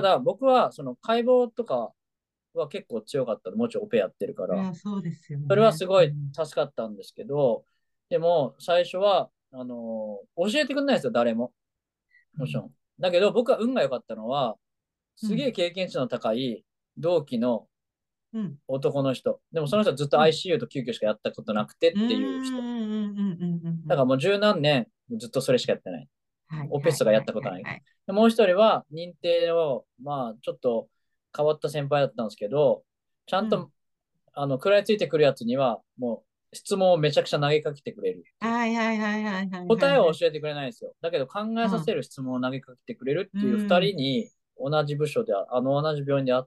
Speaker 4: ただ僕はその解剖とかは結構強かったの。もちろんオペやってるから。
Speaker 1: いや、そうですよ
Speaker 4: それは
Speaker 1: ね。
Speaker 4: すごい
Speaker 1: うん。
Speaker 4: 助かったんですけど、でも最初は、あの教えてくれないですよ、誰も。もちろん。だけど僕は運が良かったのは、すげえ
Speaker 1: うん。
Speaker 4: 経験値の高い同期の
Speaker 1: うん。
Speaker 4: 男の人。でもその人はずっと
Speaker 1: うん。
Speaker 4: アイシーユー と救急しかやったことなくて
Speaker 1: うん。
Speaker 4: っていう人。
Speaker 1: うん。うん。うん。うん。うん。
Speaker 4: だからもう十何年ずっとそれしかやってない。
Speaker 1: はい
Speaker 4: オペスとかや
Speaker 1: はいはい
Speaker 4: ったことない。
Speaker 1: はいはい。
Speaker 4: でもう一人は認定を、まあちょっと変わった先輩だったんですけど、ちゃ
Speaker 1: うん。
Speaker 4: んとあの食らいついてくるやつにはもう質問をめちゃくちゃ投げかけてくれるっていう。
Speaker 1: はいはいはいはいはいは
Speaker 4: 答
Speaker 1: いはい。
Speaker 4: えを教えてくれないんですよ。だけど考えさせる質問を投げかけてくれるっ
Speaker 1: う
Speaker 4: ていう二
Speaker 1: ん。
Speaker 4: 人に同じ部署で、あの同じ病院であって、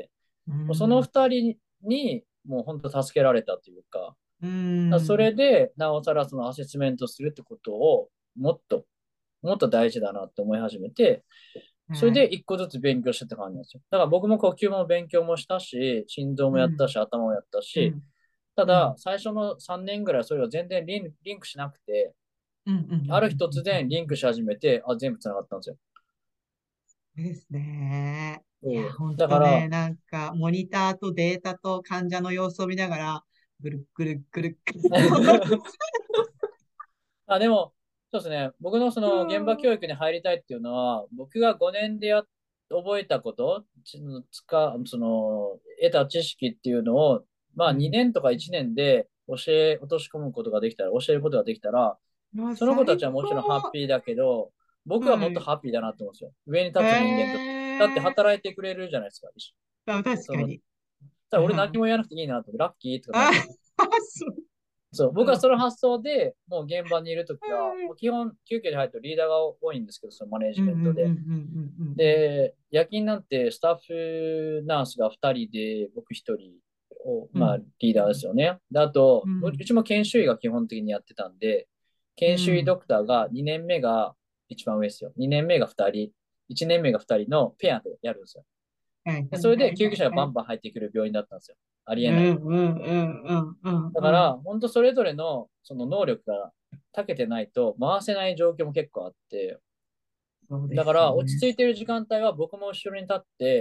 Speaker 1: う
Speaker 4: その
Speaker 1: ん。
Speaker 4: 二人にもう本当助けられたというか、
Speaker 1: う
Speaker 4: そ
Speaker 1: ん。
Speaker 4: れでなおさらそのアセスメントするってことをもっと、もっと大事だなって思い始めて、それ
Speaker 1: はい。
Speaker 4: で一個ずつ勉強してった感じなんですよ。だから僕も呼吸も勉強もしたし、心臓も
Speaker 1: うん。
Speaker 4: やったし、頭もやったし、
Speaker 1: うん。
Speaker 4: ただ
Speaker 1: うん。
Speaker 4: 最初のさんねんぐらいそれは全然リンリンクしなくて、
Speaker 1: うん。うん。うん。
Speaker 4: ある日
Speaker 1: うん。
Speaker 4: 突然リンクし始めて、あ、全部つながったんですよ。
Speaker 1: ですね。いや、
Speaker 4: そう。
Speaker 1: ほんとね、
Speaker 4: だから、
Speaker 1: なんか、モニターとデータと患者の様子を見ながら、ぐるっぐるっぐるっぐるっとなって、
Speaker 4: あ、でも、そうですね。僕のそ
Speaker 1: う
Speaker 4: の現場教
Speaker 1: ん、
Speaker 4: 育に入りたいっていうのは、僕がごねんでやっ覚えたこと、ちつか、その、得た知識っていうのを、まあ
Speaker 1: うん。
Speaker 4: にねんとかいちねんで教え、落とし込むことができたら、教えることができたら、
Speaker 1: もう
Speaker 4: その子た
Speaker 1: 最
Speaker 4: ちはもちろんハッ
Speaker 1: 高。
Speaker 4: ピーだけど、僕はもっと
Speaker 1: はい。
Speaker 4: ハッピーだなって思うんですよ。上に立つ人間と。だって
Speaker 1: ええ
Speaker 4: 働いてくれるじゃないですか。
Speaker 1: ー、あ、確
Speaker 4: その、
Speaker 1: かに。
Speaker 4: ただ俺何
Speaker 1: あ
Speaker 4: も言わなくていいなと、ラッキーとかなる
Speaker 1: あ、
Speaker 4: んですよ。
Speaker 1: そう。
Speaker 4: そう、僕はその発想でもう現場にいるときは、もう
Speaker 1: う
Speaker 4: 基本、救急に入るとリーダーが多いんですけど、そのマネジ
Speaker 1: んうんうんうん
Speaker 4: メントで。
Speaker 1: うんうん
Speaker 4: で、夜勤なんてスタッフナースがふたりで、僕ひとりを、まあ、
Speaker 1: うん
Speaker 4: リーダーですよね。で、あと、う
Speaker 1: うん
Speaker 4: うちも研修医が基本的にやってたんで、研修医ド
Speaker 1: うん
Speaker 4: クターがにねんめが一番上ですよ。にねんめがふたり、いちねんめがふたりのペアでやるんですよ。
Speaker 1: はい
Speaker 4: で、それ
Speaker 1: はいはい
Speaker 4: で救急車が
Speaker 1: はいはい。
Speaker 4: バンバン入ってくる病院だったんですよ。あり
Speaker 1: うん
Speaker 4: えない。
Speaker 1: うんうんうんうんうん
Speaker 4: だから、本当それぞれのその能力が長けてないと回せない状況も結構あって、
Speaker 1: そうで
Speaker 4: だから落ち
Speaker 1: すよね。
Speaker 4: 着いてる時間帯は僕も後ろに立って、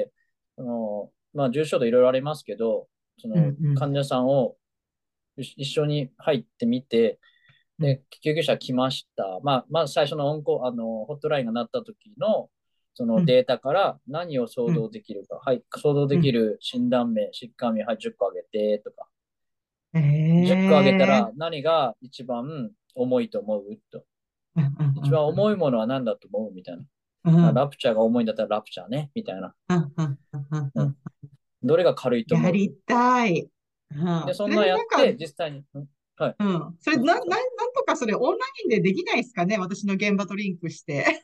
Speaker 4: そのまあ、重症度いろいろありますけど、そ
Speaker 1: うん
Speaker 4: の
Speaker 1: うん
Speaker 4: 患者さんを一緒に入ってみて、
Speaker 1: うん
Speaker 4: で、救急車来ました。まあ、まず最初のオンコ、あの、ホットラインが鳴った時の、そ
Speaker 1: うん
Speaker 4: のデータから何を想像
Speaker 1: うん
Speaker 4: できるか。はい、想像でき
Speaker 1: うん
Speaker 4: る診断名、疾患名、はい、じゅっこあげて、とか。じゅっこあげた
Speaker 1: ええ
Speaker 4: ら何が一番重いと思うと。
Speaker 1: うんうん
Speaker 4: 一番重いものは何だと思うみたいな。まあ、
Speaker 1: うんうん
Speaker 4: ラプチャーが重いんだったらラプチャーね、みたいな。
Speaker 1: うんうんうん
Speaker 4: うん。
Speaker 1: うん
Speaker 4: どれが軽いと思う
Speaker 1: やりたい。う
Speaker 4: で、
Speaker 1: ん。それ
Speaker 4: そんなや
Speaker 1: なんか、
Speaker 4: って、実際に、うん、はい、
Speaker 1: うん。それな、な、
Speaker 4: どうぞどうぞ。
Speaker 1: なんとかそれオンラインでできないですかね、私の現場とリンクして。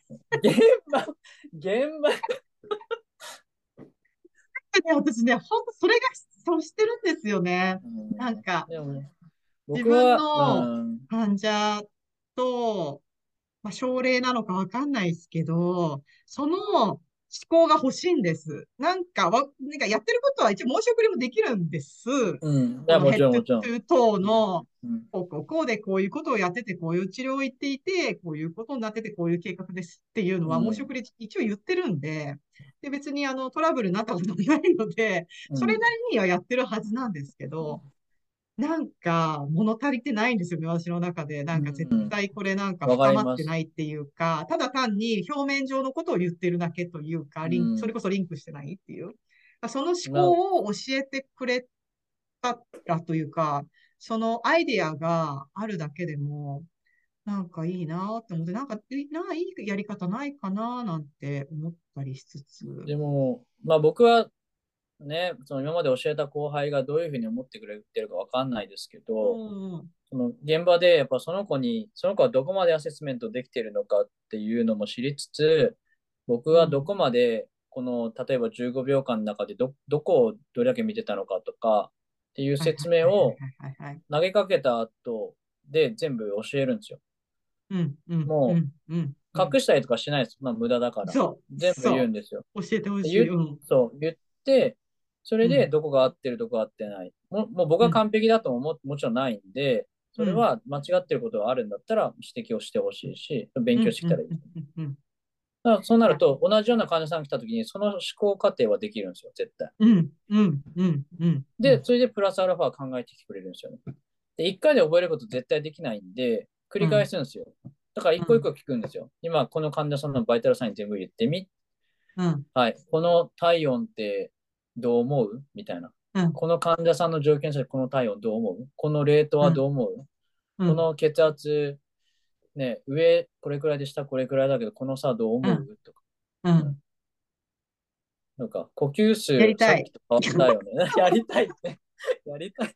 Speaker 4: 現場、現場、
Speaker 1: ね、私ね、ほんとそれがそうしてるんですよね。
Speaker 4: うん、
Speaker 1: なんか、
Speaker 4: でも、
Speaker 1: 自分
Speaker 4: 僕は、う
Speaker 1: の
Speaker 4: ん、
Speaker 1: 患者と、まあ、症例なのかわかんないですけど、その考が欲しいんです。なんかわ、なんかやってることは一応申し送りもできるんです。
Speaker 4: うん。いや、
Speaker 1: この
Speaker 4: も
Speaker 1: ヘッドト
Speaker 4: ちろんもちろん。
Speaker 1: ゥー等の、
Speaker 4: うん。
Speaker 1: こうこうこうでこういうことをやってて、こういう治療を行っていて、こういうことになってて、こういう計画ですっていうのは申し
Speaker 4: うん。
Speaker 1: 送り一応言ってるんで、で別にあのトラブルになったこともないので、それな
Speaker 4: うん。
Speaker 1: りにはやってるはずなんですけど、なんか物足りてないんですよね、私の中で。な
Speaker 4: う
Speaker 1: んか絶
Speaker 4: ん。
Speaker 1: 対これなんか
Speaker 4: わか
Speaker 1: 深まっ
Speaker 4: ります。
Speaker 1: てないっていうか、ただ単に表面上のことを言ってるだけというか、
Speaker 4: う
Speaker 1: リンク、それ
Speaker 4: ん。
Speaker 1: こそリンクしてないっていう。その思
Speaker 4: まあ、
Speaker 1: 考を教えてくれたらというか、そのアイデアがあるだけでも、なんかいいなって思って、なんかいいな、いいやり方ないかななんて思ったりしつつ。
Speaker 4: でも、まあ僕はね、その今まで教えた後輩がどういうふうに思ってくれてるかわかんないですけ
Speaker 1: う
Speaker 4: ど、
Speaker 1: ん、
Speaker 4: その現場でやっぱその子に、その子はどこまでアセスメントできてるのかっていうのも知りつつ、僕
Speaker 1: うん、
Speaker 4: はどこまでこの例えばじゅうごびょうかんの中でど、どこをどれだけ見てたのかとかっていう
Speaker 1: はいはい
Speaker 4: 説明
Speaker 1: はい
Speaker 4: を
Speaker 1: はいはいはい。
Speaker 4: 投げかけた後で全部教えるんですよ。
Speaker 1: うん、うん、う
Speaker 4: も
Speaker 1: ん、うん、う
Speaker 4: う
Speaker 1: ん。
Speaker 4: 隠したりとかしないです。まあ無駄だから。
Speaker 1: そう、
Speaker 4: 全部言う
Speaker 1: そ
Speaker 4: んですよ。
Speaker 1: う。教えてほしい。
Speaker 4: で言っ、
Speaker 1: うん、
Speaker 4: そう、言って、それ
Speaker 1: うん、
Speaker 4: でどこが合ってる、どこが合ってない。もう、もう僕
Speaker 1: うん、
Speaker 4: は完璧だともも、もちろんないんで、そ
Speaker 1: うん、
Speaker 4: れは間違ってることがあるんだったら指摘をしてほしいし、勉
Speaker 1: うん、
Speaker 4: 強してきたらいい。
Speaker 1: うん、うん、うん。
Speaker 4: だからそうなる
Speaker 1: あ、
Speaker 4: と、同じような患者さんが来た時に、その思考過程はできるんですよ、絶対。
Speaker 1: うん、うん、うん、うん、う
Speaker 4: で、
Speaker 1: ん、
Speaker 4: それでプラスアルファ考えてきてくれるんですよね。で、一回で覚えること絶対できないんで、繰り返
Speaker 1: うん、
Speaker 4: すんですよ。だから一個一個聞くんですよ。今、この患者さんのバイタルサイン全部言ってみ。
Speaker 1: うん、
Speaker 4: はい。この体温ってどう思うみたいな。
Speaker 1: うん、
Speaker 4: この患者さんの条件としてこの体温どう思うこのレートはどう思う
Speaker 1: うん、
Speaker 4: この血圧、ね、上これくらいで下これくらいだけど、この差どう思
Speaker 1: うん、
Speaker 4: うとか。
Speaker 1: うん。
Speaker 4: なんか、呼吸数、
Speaker 1: やりたい。
Speaker 4: さっきと変わったよね。やりたいって。やりたい。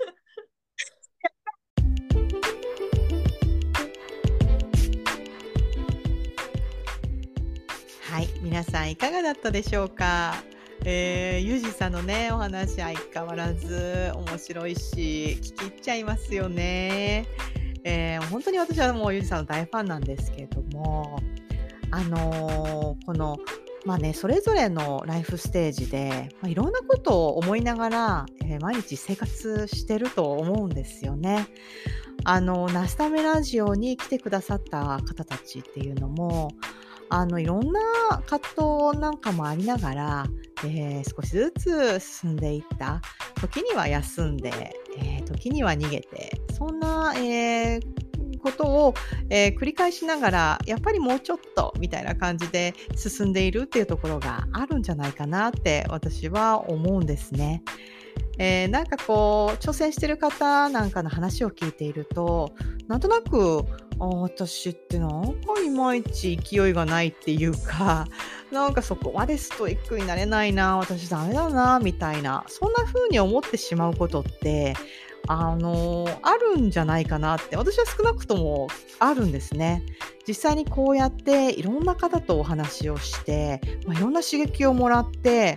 Speaker 1: はい、皆さんいかがだったでしょうか。えー、ゆうじさんのね、お話相変わらず面白いし、聞き入っちゃいますよね。えー、本当に私はもうゆうじさんの大ファンなんですけれども、あのーこの、まあね、それぞれのライフステージで、まあ、いろんなことを思いながら、えー毎日生活してると思うんですよね。あの、ナスタメラジオに来てくださった方たちっていうのも、あの、いろんな葛藤なんかもありながら、えー少しずつ進んでいった。時には休んで、えー時には逃げて、そんな、えーことを、えー繰り返しながら、やっぱりもうちょっとみたいな感じで進んでいるっていうところがあるんじゃないかなって私は思うんですね。えーなんかこう挑戦してる方なんかの話を聞いていると、なんとなくあ私ってなんかいまいち勢いがないっていうか、なんかそこまでストイックになれないな、私ダメだなみたいな、そんな風に思ってしまうことってあのあるんじゃないかなって、私は少なくともあるんですね。実際にこうやっていろんな方とお話をして、まあ、いろんな刺激をもらって、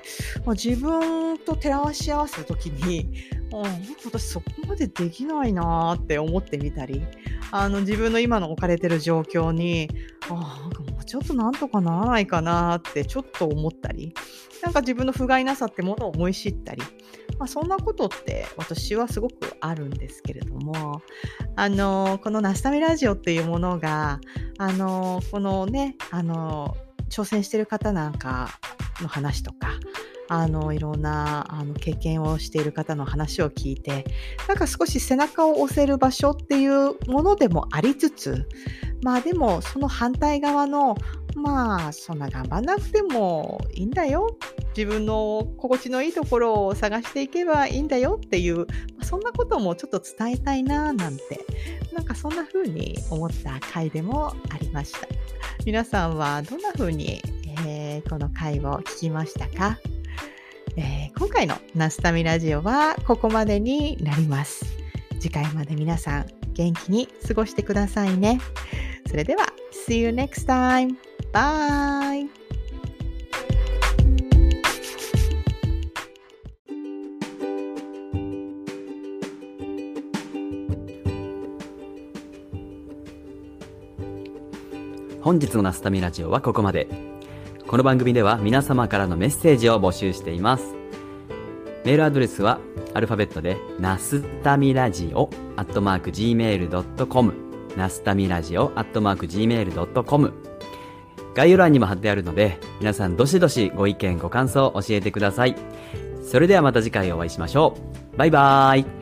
Speaker 1: まあ、自分と照らし合わせた時に、うん、なんか私そこまでできないなーって思ってみたり、あの自分の今の置かれてる状況に、あーなんかもうちょっとなんとかならないかなーってちょっと思ったり、なんか自分の不甲斐なさってものを思い知ったり、まあ、そんなことって私はすごくあるんですけれども、あのこのナスタミラジオっていうものが、あのこのね、あの挑戦してる方なんかの話とか、あのいろんなあの経験をしている方の話を聞いて、なんか少し背中を押せる場所っていうものでもありつつ、まあでもその反対側の、まあそんな頑張んなくてもいいんだよ、自分の心地のいいところを探していけばいいんだよっていう、まあそんなこともちょっと伝えたいななんて、なんかそんな風に思った回でもありました。皆さんはどんな風に、えーこの回を聞きましたか？えー今回のナスタミラジオはここまでになります。次回まで皆さん元気に過ごしてくださいね。それでは See you next time. Bye.
Speaker 2: 本日のナスタミラジオはここまで。 この番組では皆様からのメッセージを募集しています。メールアドレスはアルファベットでナスタミラジオアットマーク ジーメールドットコム、ナスタミラジオアットマーク ジーメールドットコム。概要欄にも貼ってあるので、皆さんどしどしご意見ご感想教えてください。それではまた次回お会いしましょう。バイバーイ。